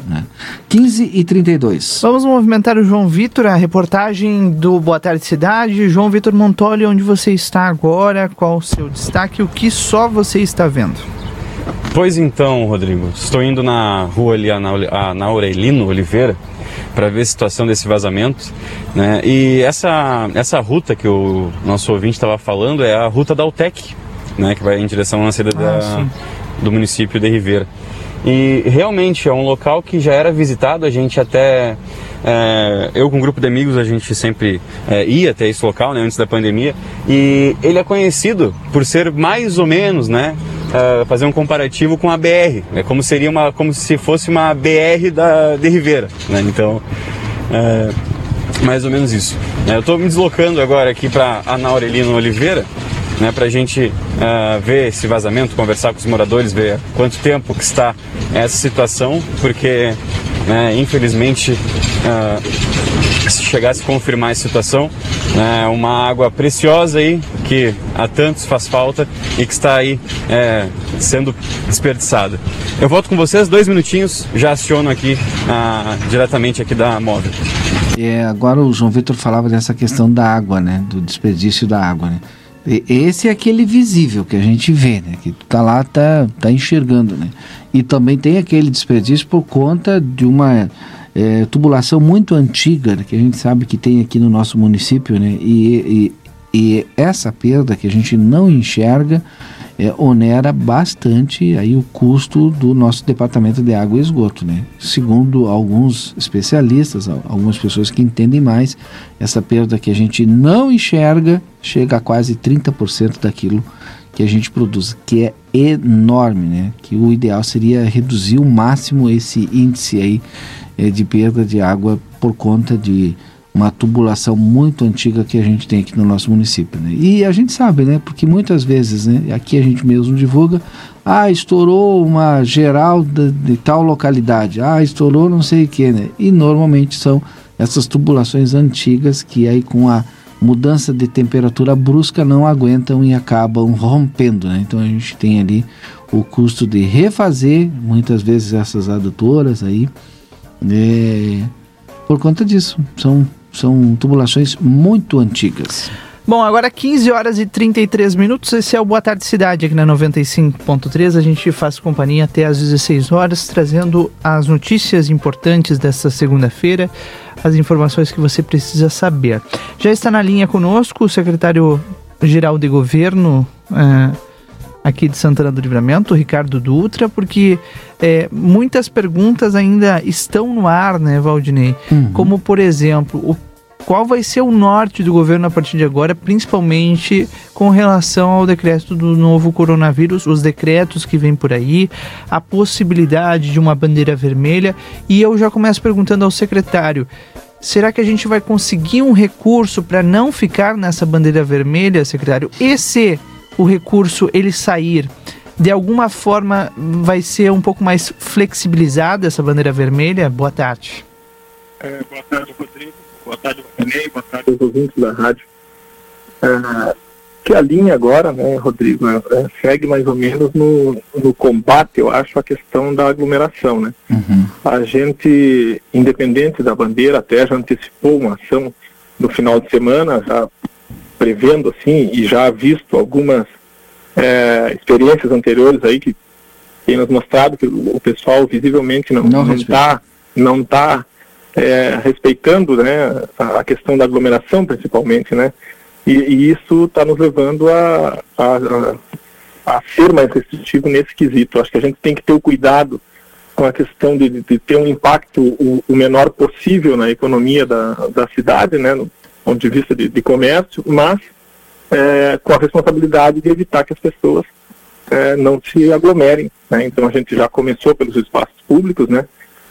15h32. Vamos movimentar o João Vitor, a reportagem do Boa Tarde Cidade. João Vitor Montoli, onde você está agora? Qual o seu destaque? O que só você está vendo? Pois então, Rodrigo, estou indo na rua ali, na Aurelino Oliveira, para ver a situação desse vazamento, né? E essa ruta que o nosso ouvinte estava falando é a ruta da UTEC, né? Que vai em direção à saída do município de Ribeira. E realmente é um local que já era visitado, a gente até, eu com um grupo de amigos, a gente sempre ia até esse local, né, antes da pandemia, e ele é conhecido por ser mais ou menos, né, fazer um comparativo com a BR, né, como se fosse uma BR de Ribeira, né, então, mais ou menos isso. Eu estou me deslocando agora aqui para a Aurelino Oliveira, né, para a gente ver esse vazamento, conversar com os moradores, ver quanto tempo que está essa situação, porque, né, infelizmente, se chegasse a confirmar essa situação, né, uma água preciosa aí, que a tantos faz falta e que está aí sendo desperdiçada. Eu volto com vocês, 2 minutinhos, já aciono aqui diretamente aqui da Móvel. Agora o João Vitor falava dessa questão da água, né, do desperdício da água, né. Esse é aquele visível que a gente vê, né? Que tu tá lá, tá enxergando, né? E também tem aquele desperdício por conta de uma tubulação muito antiga, né? Que a gente sabe que tem aqui no nosso município, né? E essa perda que a gente não enxerga onera bastante aí o custo do nosso departamento de água e esgoto, né? Segundo alguns especialistas, algumas pessoas que entendem mais, essa perda que a gente não enxerga chega a quase 30% daquilo que a gente produz, que é enorme, né? Que o ideal seria reduzir ao máximo esse índice aí de perda de água por conta de uma tubulação muito antiga que a gente tem aqui no nosso município, né? E a gente sabe, né? Porque muitas vezes, né? Aqui a gente mesmo divulga, estourou uma geral de tal localidade, estourou não sei o que, né? E normalmente são essas tubulações antigas que aí com a mudança de temperatura brusca não aguentam e acabam rompendo, né? Então a gente tem ali o custo de refazer muitas vezes essas adutoras aí, por conta disso. São tubulações muito antigas. Bom, agora 15h33, esse é o Boa Tarde Cidade aqui na 95.3, a gente faz companhia até às 16 horas, trazendo as notícias importantes desta segunda-feira, as informações que você precisa saber. Já está na linha conosco o secretário-geral de governo aqui de Santana do Livramento, Ricardo Dutra, porque muitas perguntas ainda estão no ar, né, Valdinei? Como, por exemplo, qual vai ser o norte do governo a partir de agora, principalmente com relação ao decreto do novo coronavírus, os decretos que vêm por aí, a possibilidade de uma bandeira vermelha. E eu já começo perguntando ao secretário, será que a gente vai conseguir um recurso para não ficar nessa bandeira vermelha, secretário? E se o recurso ele sair, de alguma forma vai ser um pouco mais flexibilizada essa bandeira vermelha? Boa tarde. Boa tarde, Rodrigo. Boa tarde, Renê. Boa tarde aos ouvintes da rádio. Que a linha agora, né, Rodrigo, segue mais ou menos no combate, eu acho, a questão da aglomeração, né? A gente, independente da bandeira, até já antecipou uma ação no final de semana, já prevendo assim, e já visto algumas experiências anteriores aí que tem nos mostrado que o pessoal visivelmente não está respeitando, né, a questão da aglomeração, principalmente, né? E isso está nos levando a ser mais restritivo nesse quesito. Acho que a gente tem que ter o cuidado com a questão de ter um impacto o menor possível na economia da cidade, né, no ponto de vista de comércio, mas com a responsabilidade de evitar que as pessoas não se aglomerem, né? Então a gente já começou pelos espaços públicos, né?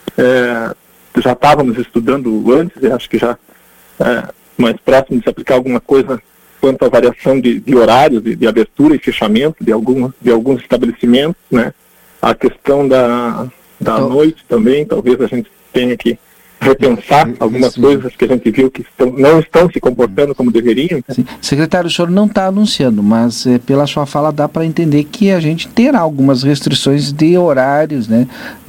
Já estávamos estudando antes, e acho que já mais próximo de se aplicar alguma coisa quanto à variação de horários, de abertura e fechamento de alguns estabelecimentos, né? A questão da noite também, talvez a gente tenha que repensar algumas coisas que a gente viu que não estão se comportando como deveriam. Sim. Secretário, o senhor não está anunciando, mas pela sua fala dá para entender que a gente terá algumas restrições de horários, né?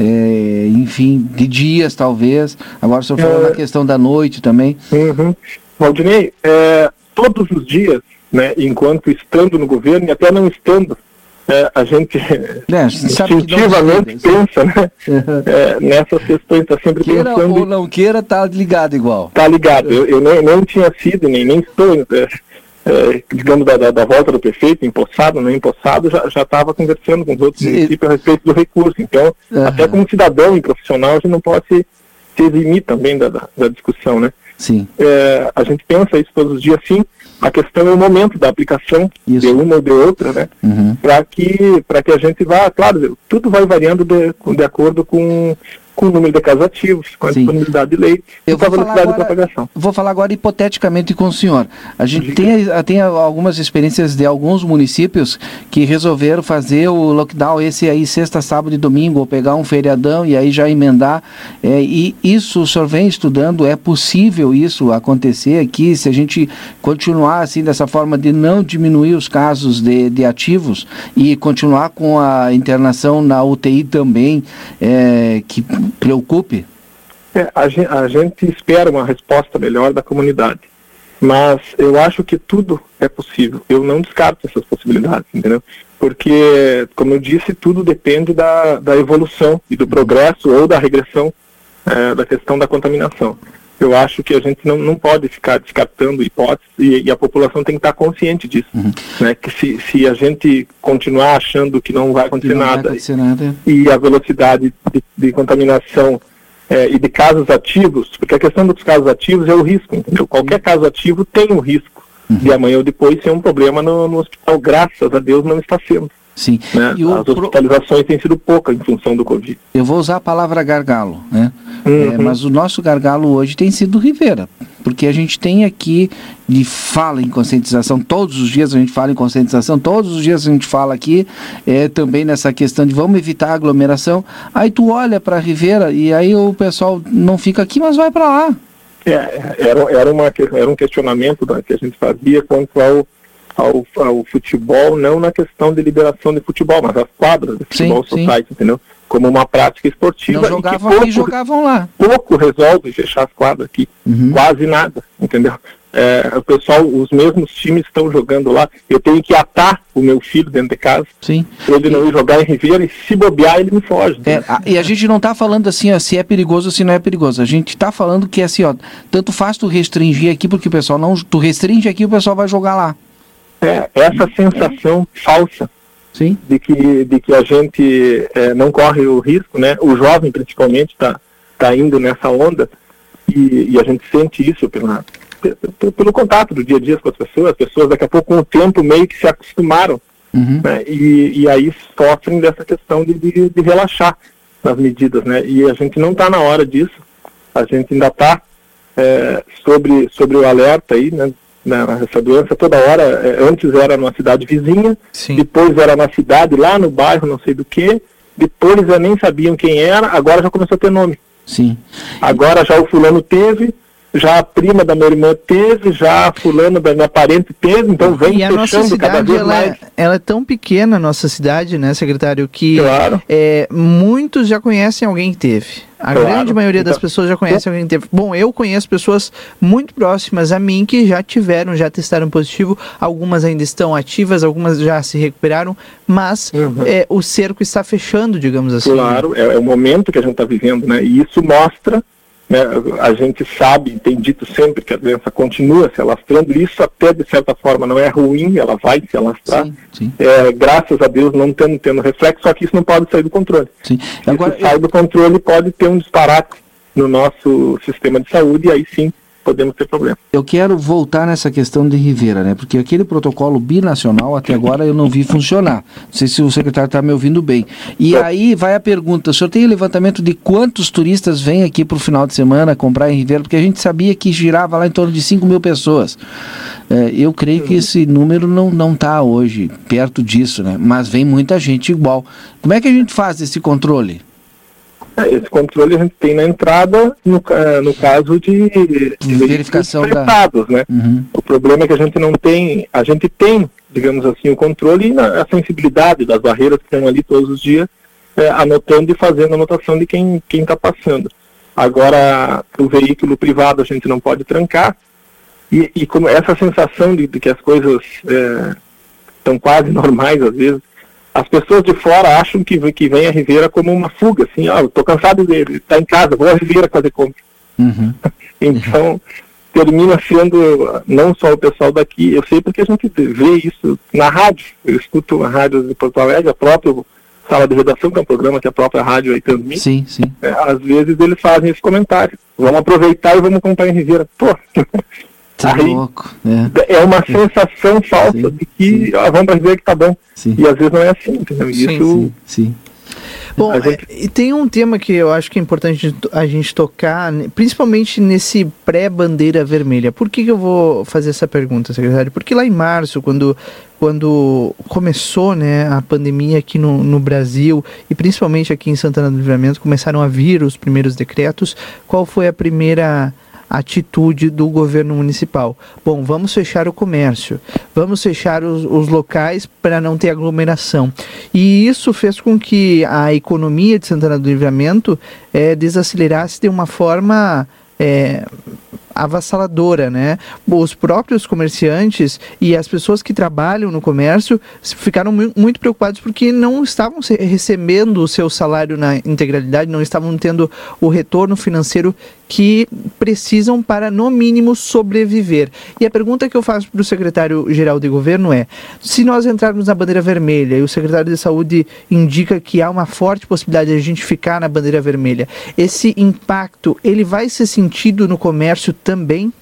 Enfim, de dias talvez. Agora o senhor falou na questão da noite também. Valdinei, todos os dias, né, enquanto estando no governo e até não estando, a gente instintivamente pensa, né, nessas questões, está sempre queira pensando... ou não queira, está ligado igual. Está ligado. Eu nem tinha sido, nem estou, digamos, da volta do prefeito, empossado, não empossado, já estava conversando com os outros municípios a respeito do recurso. Então, até como cidadão e profissional, a gente não pode se eximir também da discussão, né? Sim. A gente pensa isso todos os dias, sim. A questão é o momento da aplicação de uma ou de outra, né? Para que a gente vá, claro, tudo vai variando de acordo com o número de casos ativos, com a disponibilidade de leite, com a velocidade de propagação. Vou falar agora hipoteticamente com o senhor. A gente tem algumas experiências de alguns municípios que resolveram fazer o lockdown esse aí sexta, sábado e domingo, ou pegar um feriadão e aí já emendar. E isso o senhor vem estudando, é possível isso acontecer aqui, se a gente continuar assim dessa forma de não diminuir os casos de ativos e continuar com a internação na UTI também, que preocupe? A gente espera uma resposta melhor da comunidade, mas eu acho que tudo é possível. Eu não descarto essas possibilidades, entendeu? Porque, como eu disse, tudo depende da evolução e do progresso ou da regressão da questão da contaminação. Eu acho que a gente não pode ficar descartando hipóteses e a população tem que estar consciente disso, né? Que se a gente continuar achando que não vai acontecer nada e a velocidade de contaminação e de casos ativos, porque a questão dos casos ativos é o risco, entendeu? Qualquer caso ativo tem um risco de amanhã ou depois ser um problema no hospital. Graças a Deus não está sendo. Sim. Né? As hospitalizações têm sido poucas em função do Covid. Eu vou usar a palavra gargalo, né? Mas o nosso gargalo hoje tem sido Rivera, porque a gente tem aqui de fala em conscientização, todos os dias a gente fala em conscientização, todos os dias a gente fala aqui também nessa questão de vamos evitar a aglomeração. Aí tu olha para Rivera e aí o pessoal não fica aqui, mas vai para lá. Era um questionamento que a gente fazia quanto ao futebol, não na questão de liberação de futebol, mas as quadras de futebol society, entendeu? Como uma prática esportiva. Não jogavam e jogavam lá. Pouco resolve fechar as quadras aqui, quase nada, entendeu? O pessoal, os mesmos times estão jogando lá. Eu tenho que atar o meu filho dentro de casa. Sim. Ele não ir jogar em Ribeira e se bobear ele me foge. E a gente não está falando assim, ó, se é perigoso ou se não é perigoso. A gente está falando que assim, ó, tanto faz tu restringir aqui, porque o pessoal não. Tu restringe aqui, o pessoal vai jogar lá. Essa sensação falsa de que a gente não corre o risco, né? O jovem principalmente está indo nessa onda e a gente sente isso pelo contato do dia a dia com as pessoas daqui a pouco com o tempo meio que se acostumaram, né? E aí sofrem dessa questão de relaxar nas medidas, né? E a gente não está na hora disso, a gente ainda está sobre o alerta aí, né? Essa doença toda hora, antes era numa cidade vizinha, depois era na cidade, lá no bairro, não sei do que, depois nem sabiam quem era, agora já começou a ter nome. Sim. Agora já o fulano teve, já a prima da minha irmã teve, já a fulano da minha parente teve, então vem fechando a nossa cidade, cada vez mais. Ela é tão pequena, a nossa cidade, né, secretário, que muitos já conhecem alguém que teve. A grande maioria das pessoas já conhece alguém que teve. Bom, eu conheço pessoas muito próximas a mim que já testaram positivo. Algumas ainda estão ativas, algumas já se recuperaram, mas o cerco está fechando, digamos assim. Claro, é o momento que a gente está vivendo, né? E isso mostra né? A gente sabe, tem dito sempre que a doença continua se alastrando, isso até de certa forma não é ruim, ela vai se alastrar. Sim. Graças a Deus não estamos tendo reflexo, só que isso não pode sair do controle. Sim. Agora, se sair do controle pode ter um disparate no nosso sistema de saúde e aí sim podemos ter problema. Eu quero voltar nessa questão de Rivera, né? Porque aquele protocolo binacional até agora eu não vi funcionar. Não sei se o secretário está me ouvindo bem. E aí vai a pergunta, o senhor tem o levantamento de quantos turistas vêm aqui para o final de semana comprar em Rivera? Porque a gente sabia que girava lá em torno de 5 mil pessoas. Eu creio que esse número não está hoje perto disso, né? Mas vem muita gente igual. Como é que a gente faz esse controle? Esse controle a gente tem na entrada, no caso de verificação dados, né? O problema é que a gente tem, digamos assim, o controle e a sensibilidade das barreiras que estão ali todos os dias, anotando e fazendo anotação de quem está passando. Agora, o veículo privado a gente não pode trancar, e como essa sensação de que as coisas estão quase normais às vezes, as pessoas de fora acham que vem a Rivera como uma fuga, assim, eu tô cansado dele, tá em casa, vou a Rivera fazer compra. Então, termina sendo não só o pessoal daqui, eu sei porque a gente vê isso na rádio, eu escuto a rádio de Porto Alegre, a própria Sala de Redação, que é um programa que a própria rádio aí transmite. Sim. Às vezes eles fazem esse comentário, vamos aproveitar e vamos comprar em Rivera. Pô, aí, louco. É uma sensação falsa de que vamos para Rivera que tá bom. E às vezes não é assim, entendeu? Sim. Bom, e tem um tema que eu acho que é importante a gente tocar, principalmente nesse pré-bandeira vermelha. Por que eu vou fazer essa pergunta, secretário? Porque lá em março, quando começou, né, a pandemia aqui no Brasil, e principalmente aqui em Santana do Livramento, começaram a vir os primeiros decretos, qual foi a primeira atitude do governo municipal? Bom, vamos fechar o comércio, vamos fechar os locais para não ter aglomeração. E isso fez com que a economia de Santana do Livramento desacelerasse de uma forma avassaladora, né? Os próprios comerciantes e as pessoas que trabalham no comércio ficaram muito preocupados porque não estavam recebendo o seu salário na integralidade, não estavam tendo o retorno financeiro que precisam para, no mínimo, sobreviver. E a pergunta que eu faço para o secretário-geral de governo é: se nós entrarmos na bandeira vermelha e o secretário de saúde indica que há uma forte possibilidade de a gente ficar na bandeira vermelha, esse impacto, ele vai ser sentido no comércio também?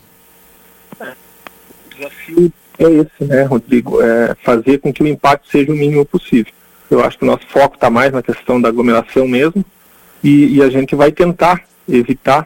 O desafio é esse, né, Rodrigo? Fazer com que o impacto seja o mínimo possível. Eu acho que o nosso foco está mais na questão da aglomeração mesmo, e a gente vai tentar evitar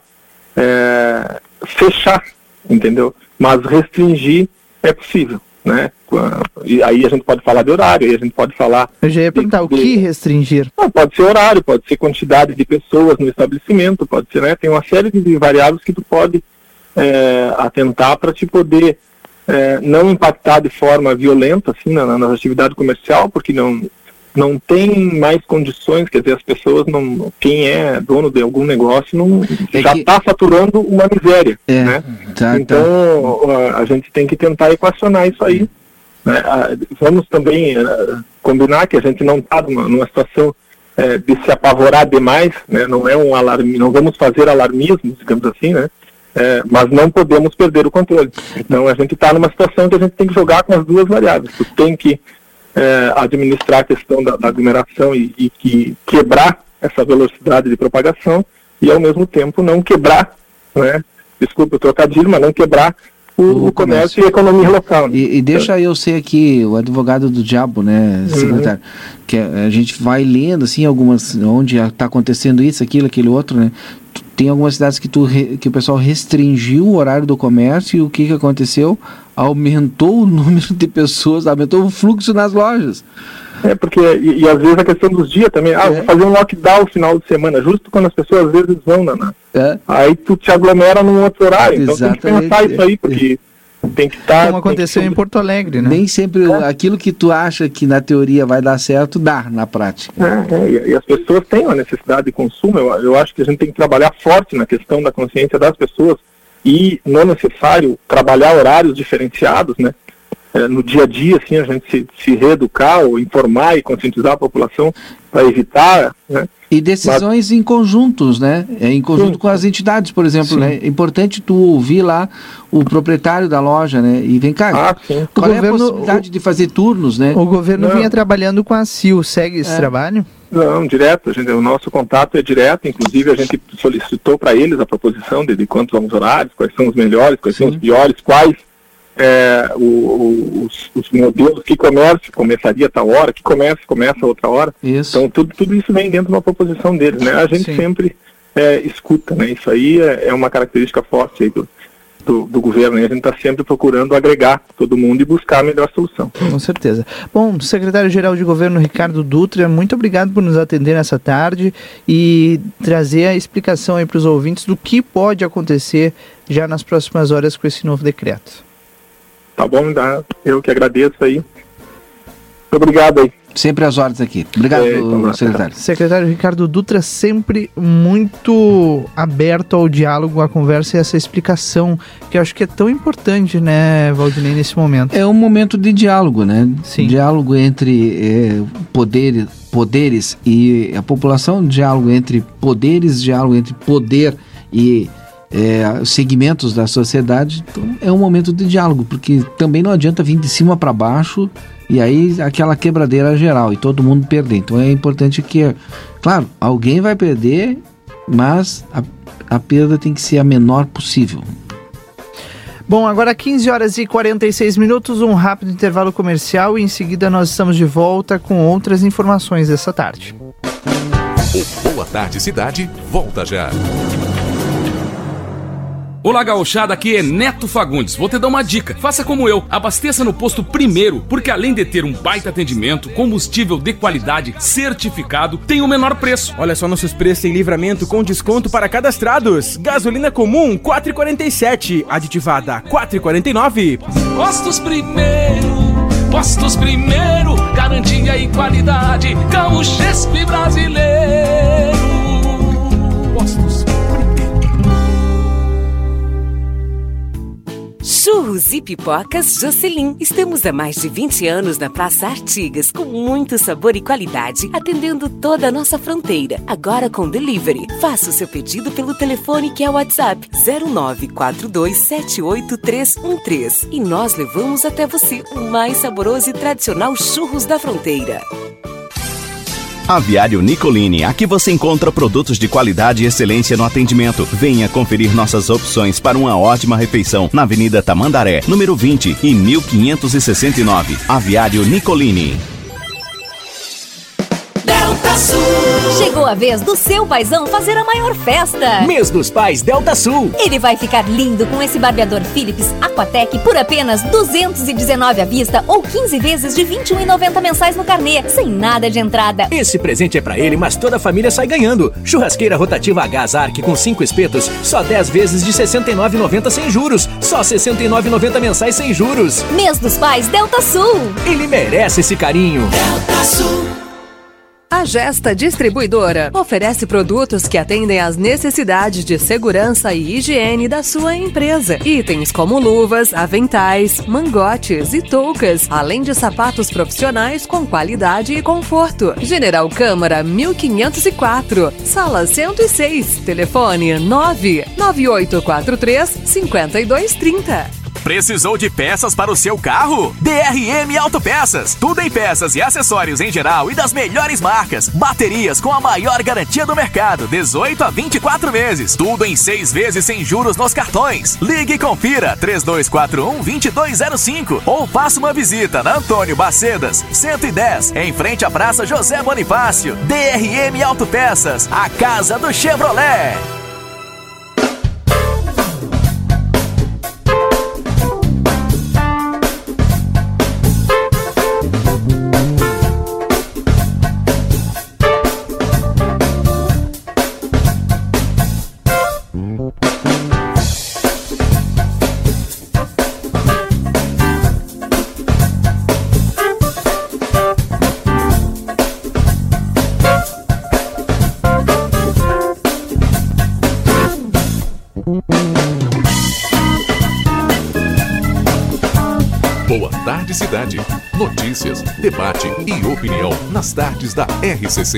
fechar, entendeu? Mas restringir é possível, né? E aí a gente pode falar de horário, aí a gente pode falar... Eu já ia perguntar, o que restringir? Pode ser horário, pode ser quantidade de pessoas no estabelecimento, pode ser, né? Tem uma série de variáveis que tu pode atentar para te poder não impactar de forma violenta, assim, na atividade comercial, porque não tem mais condições, quer dizer, as pessoas quem é dono de algum negócio já está faturando uma miséria, né? Então a gente tem que tentar equacionar isso aí, né? Vamos também combinar que a gente não está numa situação de se apavorar demais, né? Não é um alarme, não vamos fazer alarmismo, digamos assim, né? Mas não podemos perder o controle. Então a gente está numa situação que a gente tem que jogar com as duas variáveis. Tu tem que administrar a questão da aglomeração e quebrar essa velocidade de propagação e ao mesmo tempo não quebrar, né? Desculpa o trocadilho, mas não quebrar o comércio e a economia local, né? E deixa eu ser aqui o advogado do diabo, né, secretário? Que a gente vai lendo assim algumas onde está acontecendo isso, aquilo, aquele outro, né? Tem algumas cidades que o pessoal restringiu o horário do comércio e o que aconteceu? Aumentou o número de pessoas, aumentou o fluxo nas lojas. Porque, e às vezes a questão dos dias também, vou fazer um lockdown no final de semana, justo quando as pessoas às vezes vão, aí tu te aglomera num outro horário. Exatamente. Então tem que pensar isso aí, porque tem que estar... Como aconteceu em Porto Alegre, né? Nem sempre aquilo que tu acha que na teoria vai dar certo, dá na prática. E as pessoas têm uma necessidade de consumo. Eu acho que a gente tem que trabalhar forte na questão da consciência das pessoas e, não necessário, trabalhar horários diferenciados, né? no dia a dia, assim, a gente se reeducar ou informar e conscientizar a população para evitar, né? E decisões em conjuntos, né? Em conjunto com as entidades, por exemplo, né? É importante tu ouvir lá o proprietário da loja, né? E vem cá, qual é a possibilidade de fazer turnos, né? O governo vinha trabalhando com a CIL, segue esse trabalho? Não, direto, o nosso contato é direto, inclusive a gente solicitou para eles a proposição de quantos são os horários, quais são os melhores, quais são os piores, quais os modelos, que comércio começaria a tal hora, que comércio começa a outra hora. Então tudo isso vem dentro de uma proposição deles, né? A gente sempre escuta, né? Isso aí é uma característica forte aí do governo, né? A gente está sempre procurando agregar todo mundo e buscar a melhor solução. Com certeza. Bom, secretário-geral de governo Ricardo Dutra, muito obrigado por nos atender nessa tarde e trazer a explicação aí para os ouvintes do que pode acontecer já nas próximas horas com esse novo decreto. Tá bom, eu que agradeço aí. Muito obrigado aí. Sempre às horas aqui. Obrigado, secretário. Secretário Ricardo Dutra, sempre muito aberto ao diálogo, à conversa e essa explicação, que eu acho que é tão importante, né, Valdinei, nesse momento. É um momento de diálogo, né? Sim. Diálogo entre poderes e a população, diálogo entre poderes, diálogo entre poder e segmentos da sociedade. Então, é um momento de diálogo, porque também não adianta vir de cima para baixo e aí aquela quebradeira geral e todo mundo perder. Então é importante que, claro, alguém vai perder, mas a perda tem que ser a menor possível. Bom, agora 15 horas e 46 minutos, um rápido intervalo comercial e em seguida nós estamos de volta com outras informações dessa tarde. O Boa Tarde Cidade volta já. Olá, gauchada, aqui é Neto Fagundes. Vou te dar uma dica. Faça como eu. Abasteça no posto primeiro, porque além de ter um baita atendimento, combustível de qualidade certificado, tem o menor preço. Olha só nossos preços em Livramento com desconto para cadastrados. Gasolina comum, 4,47. Aditivada, 4,49. Postos primeiro, garantia e qualidade. Gauchespe brasileiro. Postos Churros e pipocas Jocelyn. Estamos há mais de 20 anos na Praça Artigas, com muito sabor e qualidade, atendendo toda a nossa fronteira. Agora com delivery. Faça o seu pedido pelo telefone que é o WhatsApp 0942781313 e nós levamos até você o mais saboroso e tradicional churros da fronteira. Aviário Nicolini, aqui você encontra produtos de qualidade e excelência no atendimento. Venha conferir nossas opções para uma ótima refeição na Avenida Tamandaré, número 20 e 1569. Aviário Nicolini. Delta Sul. Chegou a vez do seu paizão fazer a maior festa. Mês dos Pais Delta Sul. Ele vai ficar lindo com esse barbeador Philips Aquatec por apenas R$219 à vista ou 15 vezes de R$21,90 mensais no carnê, sem nada de entrada. Esse presente é pra ele, mas toda a família sai ganhando. Churrasqueira rotativa a gás Arc com 5 espetos, só 10 vezes de R$69,90 sem juros. Só R$69,90 mensais sem juros. Mês dos Pais Delta Sul. Ele merece esse carinho. Delta Sul. A Gesta Distribuidora oferece produtos que atendem às necessidades de segurança e higiene da sua empresa. Itens como luvas, aventais, mangotes e toucas, além de sapatos profissionais com qualidade e conforto. General Câmara 1504, Sala 106, telefone 99843-5230. Precisou de peças para o seu carro? DRM Autopeças. Tudo em peças e acessórios em geral e das melhores marcas. Baterias com a maior garantia do mercado, 18 a 24 meses. Tudo em 6 vezes sem juros nos cartões. Ligue e confira 3241-2205 ou faça uma visita na Antônio Bacedas, 110, em frente à Praça José Bonifácio. DRM Autopeças, a casa do Chevrolet. Boa Tarde Cidade. Notícias, debate e opinião nas tardes da RCC.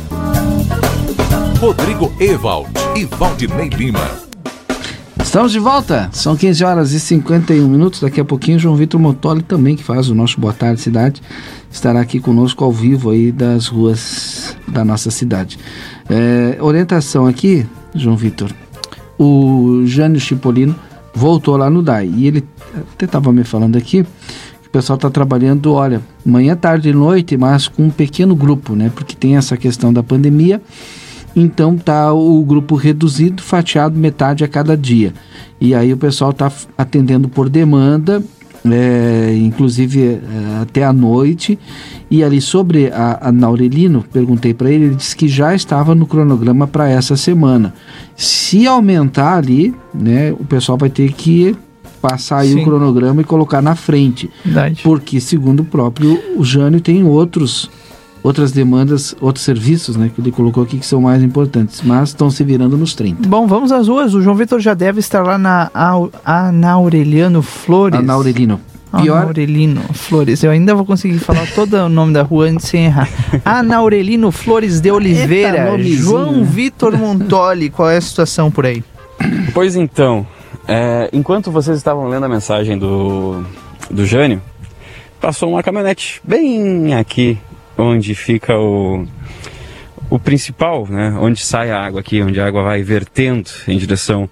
Rodrigo Ewald e Valdinei Lima. Estamos de volta, são 15 horas e 51 minutos. Daqui a pouquinho, João Vitor Montoli, também, que faz o nosso Boa Tarde Cidade, estará aqui conosco ao vivo aí das ruas da nossa cidade. Orientação aqui, João Vitor, o Jânio Chipolino voltou lá no DAI, e ele até estava me falando aqui que o pessoal está trabalhando, olha, manhã, tarde e noite, mas com um pequeno grupo, né, porque tem essa questão da pandemia. Então tá o grupo reduzido, fatiado metade a cada dia. E aí o pessoal tá atendendo por demanda, inclusive até a noite. E ali sobre a Naurelino, perguntei para ele, ele disse que já estava no cronograma para essa semana. Se aumentar ali, né, o pessoal vai ter que passar aí o cronograma e colocar na frente. Verdade. Porque, segundo o próprio o Jânio, tem outras demandas, outros serviços, né, que ele colocou aqui que são mais importantes, mas estão se virando nos 30. Bom, vamos às ruas. O João Vitor já deve estar lá na Aureliano Flores. Aurelino Flores. Eu ainda vou conseguir falar todo o nome da rua antes sem errar. Aurelino Flores de Oliveira. João Vitor Montoli, qual é a situação por aí? Pois então, enquanto vocês estavam lendo a mensagem do Jânio, passou uma caminhonete bem aqui, onde fica o principal, né? Onde sai a água aqui, onde a água vai vertendo em direção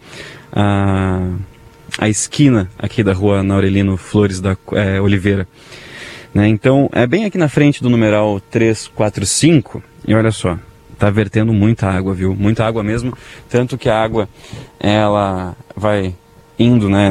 à esquina aqui da rua Aurelino Flores da Oliveira. Né? Então, é bem aqui na frente do numeral 345, e olha só, tá vertendo muita água, viu? Muita água mesmo, tanto que a água, ela vai indo, né,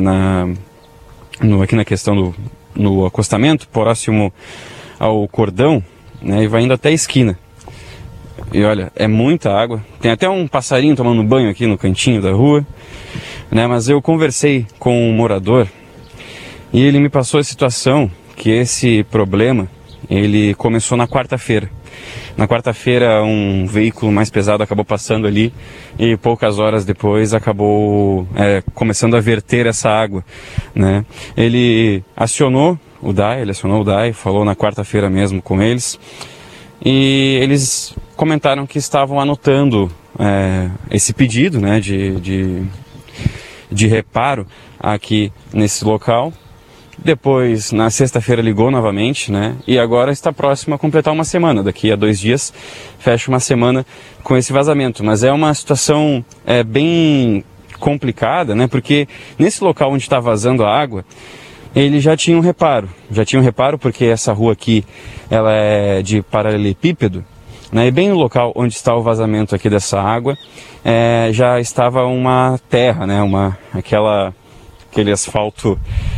aqui na questão no acostamento, próximo ao cordão, né, e vai indo até a esquina. E olha, é muita água. Tem até um passarinho tomando banho aqui no cantinho da rua, né, mas eu conversei com um morador e ele me passou a situação que esse problema, ele começou na quarta-feira. Na quarta-feira, um veículo mais pesado acabou passando ali e poucas horas depois acabou começando a verter essa água, né. Ele acionou o DAI, falou na quarta-feira mesmo com eles, e eles comentaram que estavam anotando esse pedido, né, de reparo aqui nesse local. Depois, na sexta-feira, ligou novamente, né, e agora está próximo a completar uma semana. Daqui a 2 dias fecha uma semana com esse vazamento, mas é uma situação bem complicada, né, porque nesse local onde está vazando a água, ele já tinha um reparo porque essa rua aqui, ela é de paralelepípedo, né, e bem no local onde está o vazamento aqui dessa água, já estava uma terra, né, aquele asfalto,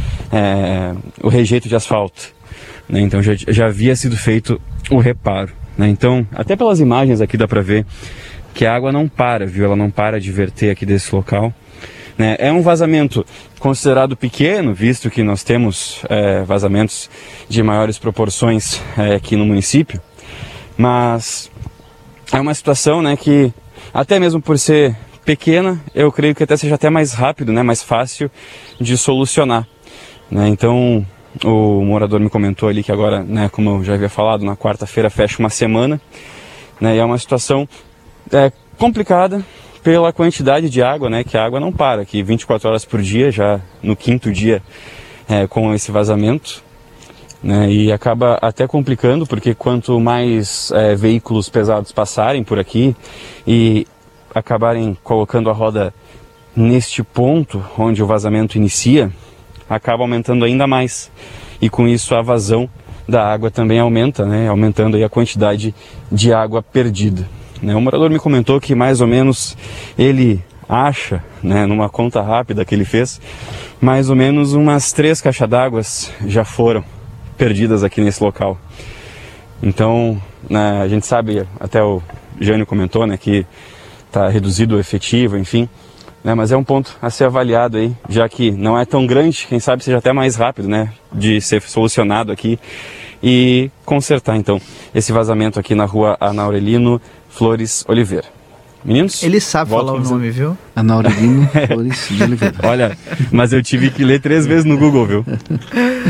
o rejeito de asfalto, né, então já havia sido feito o reparo, né, então até pelas imagens aqui dá para ver que a água não para, viu, ela não para de verter aqui desse local. É um vazamento considerado pequeno, visto que nós temos vazamentos de maiores proporções aqui no município, mas é uma situação, né, que até mesmo por ser pequena, eu creio que até seja até mais rápido, né, mais fácil de solucionar, né. Então o morador me comentou ali que agora, né, como eu já havia falado, na quarta-feira fecha uma semana, né, e é uma situação complicada pela quantidade de água, né, que a água não para, que 24 horas por dia, já no 5º dia com esse vazamento, né, e acaba até complicando, porque quanto mais veículos pesados passarem por aqui e acabarem colocando a roda neste ponto onde o vazamento inicia, acaba aumentando ainda mais, e com isso a vazão da água também aumenta, né, aumentando aí a quantidade de água perdida. O morador me comentou que mais ou menos ele acha, né, numa conta rápida que ele fez, mais ou menos umas 3 caixas d'água já foram perdidas aqui nesse local. Então, né, a gente sabe, até o Jânio comentou, né, que está reduzido o efetivo, enfim, né, mas é um ponto a ser avaliado aí, já que não é tão grande, quem sabe seja até mais rápido, né, de ser solucionado aqui e consertar então esse vazamento aqui na rua Aurelino Flores Oliveira. Meninos? Ele sabe falar o nome, viu? Aurelino Flores de Oliveira. Olha, mas eu tive que ler 3 vezes no Google, viu?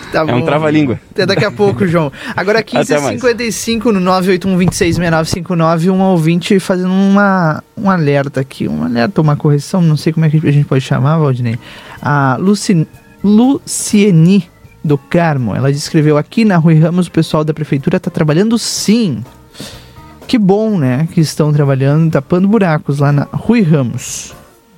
Tá É um bom. trava-língua. Até daqui a pouco, João. Agora, Até mais. 15h55 no 981266959, um ouvinte fazendo um alerta aqui. Um alerta, uma correção, não sei como é que a gente pode chamar, Valdinei. A Luciene do Carmo, ela descreveu: aqui na Rui Ramos o pessoal da prefeitura está trabalhando sim. Que bom, né? Que estão trabalhando, tapando buracos lá na Rui Ramos.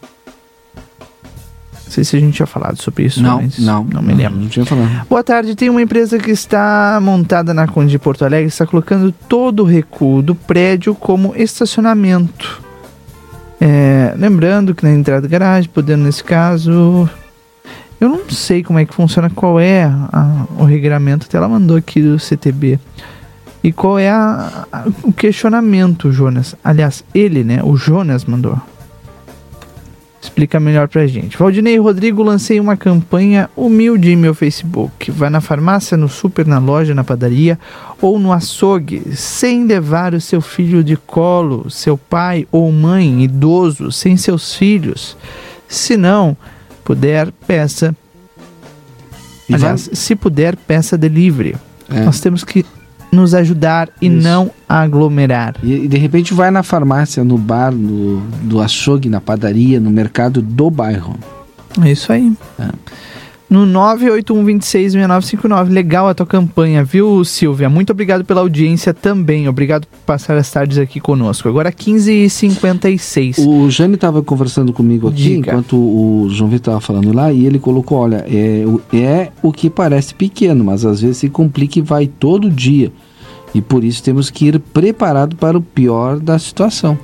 Não sei se a gente tinha falado sobre isso. Não me lembro. Não tinha falado. Boa tarde, tem uma empresa que está montada na Conde de Porto Alegre, está colocando todo o recuo do prédio como estacionamento. Lembrando que na entrada da garagem, podendo nesse caso... Eu não sei como é que funciona, qual é o regramento, até ela mandou aqui do CTB. E qual é o questionamento, Jonas? Aliás, ele, né? O Jonas mandou. Explica melhor pra gente. Valdinei e Rodrigo, lancei uma campanha humilde em meu Facebook. Vai na farmácia, no super, na loja, na padaria ou no açougue, sem levar o seu filho de colo, seu pai ou mãe idoso, sem seus filhos. Se não puder, peça. Aliás, se puder, peça delivery. Nós temos que nos ajudar e não aglomerar. E de repente vai na farmácia, no bar, do açougue, na padaria, no mercado do bairro. É isso aí. No 981266959. Legal a tua campanha, viu, Silvia? Muito obrigado pela audiência também. Obrigado por passar as tardes aqui conosco. Agora 15h56. O Jane estava conversando comigo aqui, enquanto o João Vitor estava falando lá, e ele colocou, olha, é o que parece pequeno, mas às vezes se complica e vai todo dia. E por isso temos que ir preparado para o pior da situação.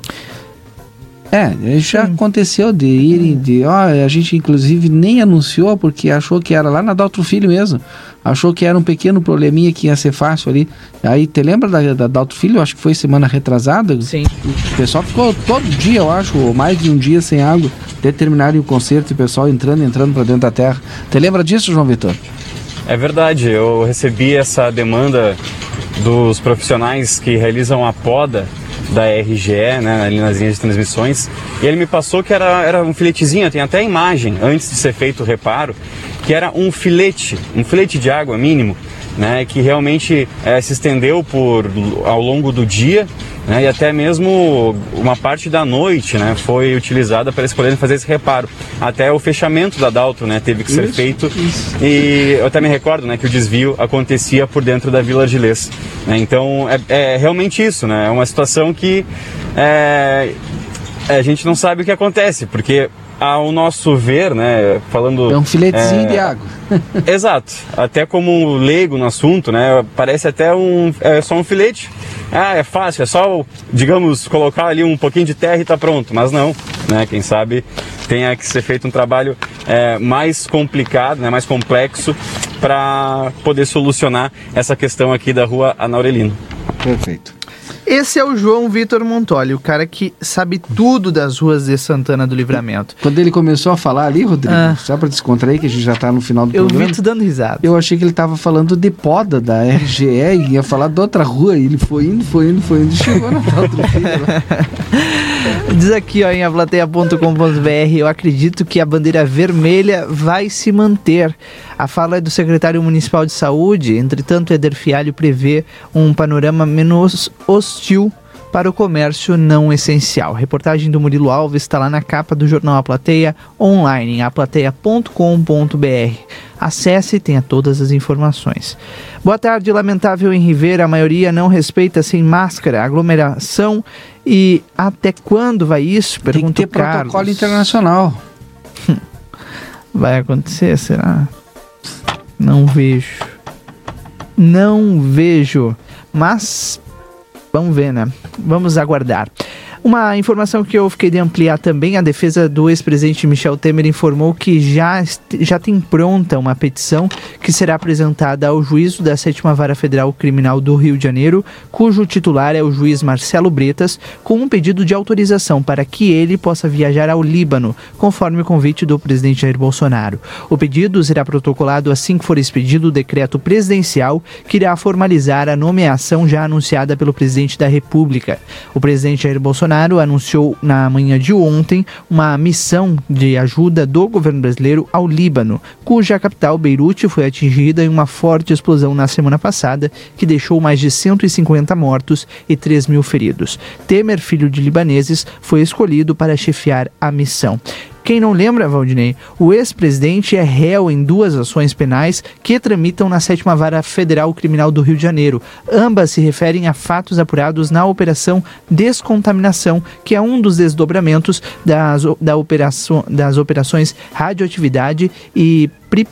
Já aconteceu de irem, a gente inclusive nem anunciou porque achou que era lá na Daltro Filho mesmo, achou que era um pequeno probleminha que ia ser fácil ali. Aí, te lembra da Daltro Filho? Acho que foi semana retrasada. Sim. O pessoal ficou todo dia, eu acho, ou mais de um dia sem água, até terminarem o concerto e o pessoal entrando para dentro da terra. Te lembra disso, João Vitor? É verdade, eu recebi essa demanda dos profissionais que realizam a poda da RGE, né, ali nas linhas de transmissões, e ele me passou que era um filetezinho, tem até imagem, antes de ser feito o reparo, que era um filete de água mínimo, né, que realmente se estendeu ao longo do dia, né, e até mesmo uma parte da noite, né, foi utilizada para eles poderem fazer esse reparo. Até o fechamento da Daltro, né, teve que ser feito. E eu até me recordo, né, que o desvio acontecia por dentro da Vila Argilês. Né, então é realmente isso, né, é uma situação que a gente não sabe o que acontece, porque ao nosso ver, né, falando... É um filetezinho de água. Exato. Até como leigo no assunto, né, parece até só um filete. É fácil, é só, digamos, colocar ali um pouquinho de terra e tá pronto. Mas não, né, quem sabe tenha que ser feito um trabalho mais complicado, né, mais complexo, para poder solucionar essa questão aqui da rua Ana Aurelino. Perfeito. Esse é o João Vitor Montoli, o cara que sabe tudo das ruas de Santana do Livramento. Quando ele começou a falar ali, Rodrigo, só para descontrair, que a gente já tá no final do programa. Eu vi tu dando risada. Eu achei que ele tava falando de poda da RGE e ia falar de outra rua. E ele foi indo e chegou na outra fila. Diz aqui, ó, em aplateia.com.br, eu acredito que a bandeira vermelha vai se manter. A fala é do secretário municipal de saúde. Entretanto, Eder Fialho prevê um panorama menos hostil para o comércio não essencial. A reportagem do Murilo Alves está lá na capa do jornal A Plateia, online, em aplateia.com.br. Acesse e tenha todas as informações. Boa tarde. Lamentável em Ribeira, a maioria não respeita sem máscara, aglomeração. E até quando vai isso? Pergunta o Carlos. Protocolo internacional. Vai acontecer, será? Não vejo. Mas vamos ver, né? Vamos aguardar. Uma informação que eu fiquei de ampliar também, a defesa do ex-presidente Michel Temer informou que já tem pronta uma petição que será apresentada ao juízo da 7ª Vara Federal Criminal do Rio de Janeiro, cujo titular é o juiz Marcelo Bretas, com um pedido de autorização para que ele possa viajar ao Líbano, conforme o convite do presidente Jair Bolsonaro. O pedido será protocolado assim que for expedido o decreto presidencial que irá formalizar a nomeação já anunciada pelo presidente da República. O presidente Jair Bolsonaro Bolsonaro anunciou na manhã de ontem uma missão de ajuda do governo brasileiro ao Líbano, cuja capital, Beirute, foi atingida em uma forte explosão na semana passada, que deixou mais de 150 mortos e 3 mil feridos. Temer, filho de libaneses, foi escolhido para chefiar a missão. Quem não lembra, Valdinei, o ex-presidente é réu em 2 ações penais que tramitam na 7ª Vara Federal Criminal do Rio de Janeiro. Ambas se referem a fatos apurados na Operação Descontaminação, que é um dos desdobramentos das operações Radioatividade e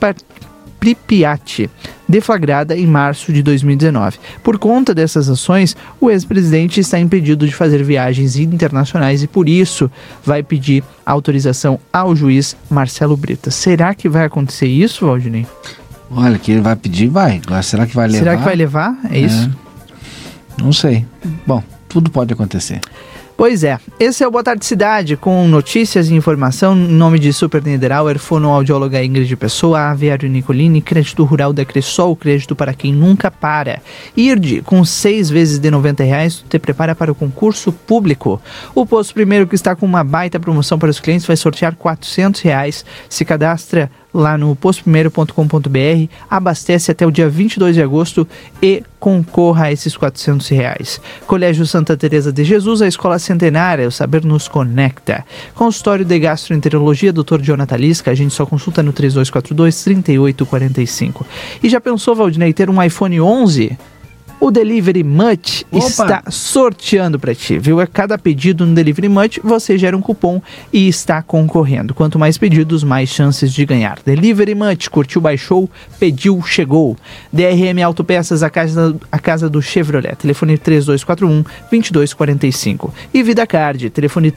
Pripyat, deflagrada em março de 2019. Por conta dessas ações, o ex-presidente está impedido de fazer viagens internacionais e, por isso, vai pedir autorização ao juiz Marcelo Bretas. Será que vai acontecer isso, Valdinei? Olha, que ele vai pedir, vai. Agora, será que vai levar? Será que vai levar? É isso? Não sei. Bom, tudo pode acontecer. Pois é, esse é o Boa Tarde Cidade, com notícias e informação em nome de Super Niederauer, fonoaudióloga Ingrid Pessoa, Aviário Nicolini, crédito rural da Cressol, crédito para quem nunca para. IRD, com 6 vezes de R$90, te prepara para o concurso público. O Posto Primeiro, que está com uma baita promoção para os clientes, vai sortear R$400. Se cadastra lá no postoprimeiro.com.br, abastece até o dia 22 de agosto e concorra a esses R$400. Colégio Santa Teresa de Jesus, a escola centenária, o saber nos conecta. Consultório de Gastroenterologia, Dr. Jonathan Lisca, a gente só consulta no 3242-3845. E já pensou, Valdinei, ter um iPhone 11? O Delivery Much está sorteando para ti, viu? A cada pedido no Delivery Much, você gera um cupom e está concorrendo. Quanto mais pedidos, mais chances de ganhar. Delivery Much, curtiu, baixou, pediu, chegou. DRM Autopeças, a casa do Chevrolet. Telefone 3241-2245. E VidaCard, telefone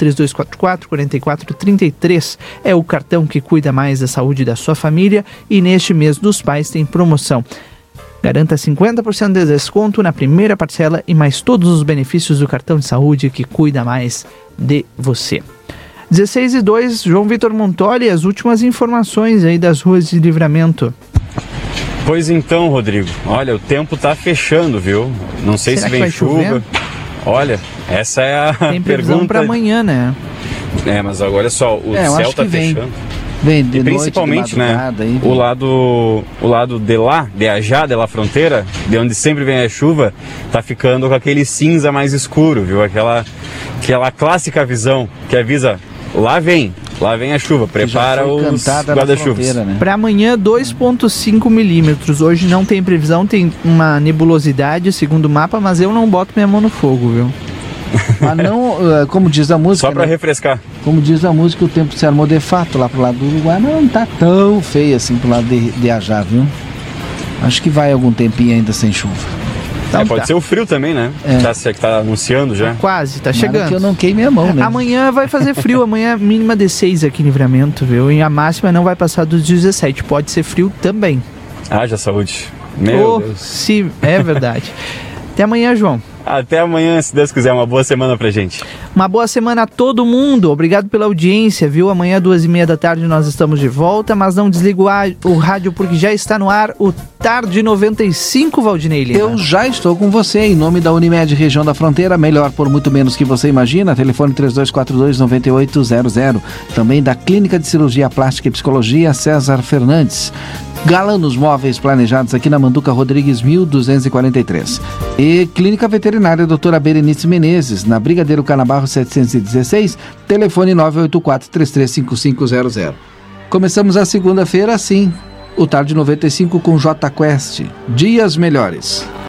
3244-4433. É o cartão que cuida mais da saúde da sua família e neste mês dos pais tem promoção. Garanta 50% de desconto na primeira parcela e mais todos os benefícios do cartão de saúde que cuida mais de você. 16:02, João Vitor Montoli, as últimas informações aí das ruas de Livramento. Pois então, Rodrigo, olha, o tempo tá fechando, viu? Não sei se vem chuva. Chover? Olha, essa é a Tem previsão pergunta. para amanhã, né? É, mas olha só, o céu tá fechando. Vem de e principalmente, noite, de né, o lado de lá, de Ajá, de La Fronteira, de onde sempre vem a chuva, tá ficando com aquele cinza mais escuro, viu? Aquela clássica visão que avisa, lá vem a chuva, prepara os guarda-chuvas. Né? Para amanhã, 2,5 milímetros. Hoje não tem previsão, tem uma nebulosidade, segundo o mapa, mas eu não boto minha mão no fogo, viu? Mas não, como diz a música... Só para refrescar. Como diz a música, o tempo se armou de fato lá pro lado do Uruguai, mas não tá tão feio assim pro lado de Ajá, viu? Acho que vai algum tempinho ainda sem chuva. Então, pode ser o frio também, né? Que tá anunciando já. Quase, tá chegando. Que eu não queime a mão, né? Amanhã vai fazer frio, amanhã mínima de 6 aqui em Livramento, viu? E a máxima não vai passar dos 17, pode ser frio também. Haja saúde. Meu Deus. Sim, é verdade. Até amanhã, João. Até amanhã, se Deus quiser. Uma boa semana pra gente. Uma boa semana a todo mundo. Obrigado pela audiência, viu? Amanhã, 2h30 da tarde, nós estamos de volta, mas não desliga o rádio porque já está no ar o Tarde 95, Valdinei Lima. Eu já estou com você, em nome da Unimed Região da Fronteira, melhor por muito menos que você imagina. Telefone 3242-9800. Também da Clínica de Cirurgia Plástica e Psicologia César Fernandes. Galanos Móveis planejados aqui na Manduca Rodrigues 1243. E Clínica Veterinária Doutora Berenice Menezes, na Brigadeiro Canabarro 716, telefone 984-335500. Começamos a segunda-feira assim, o Tarde 95 com J Quest. Dias melhores.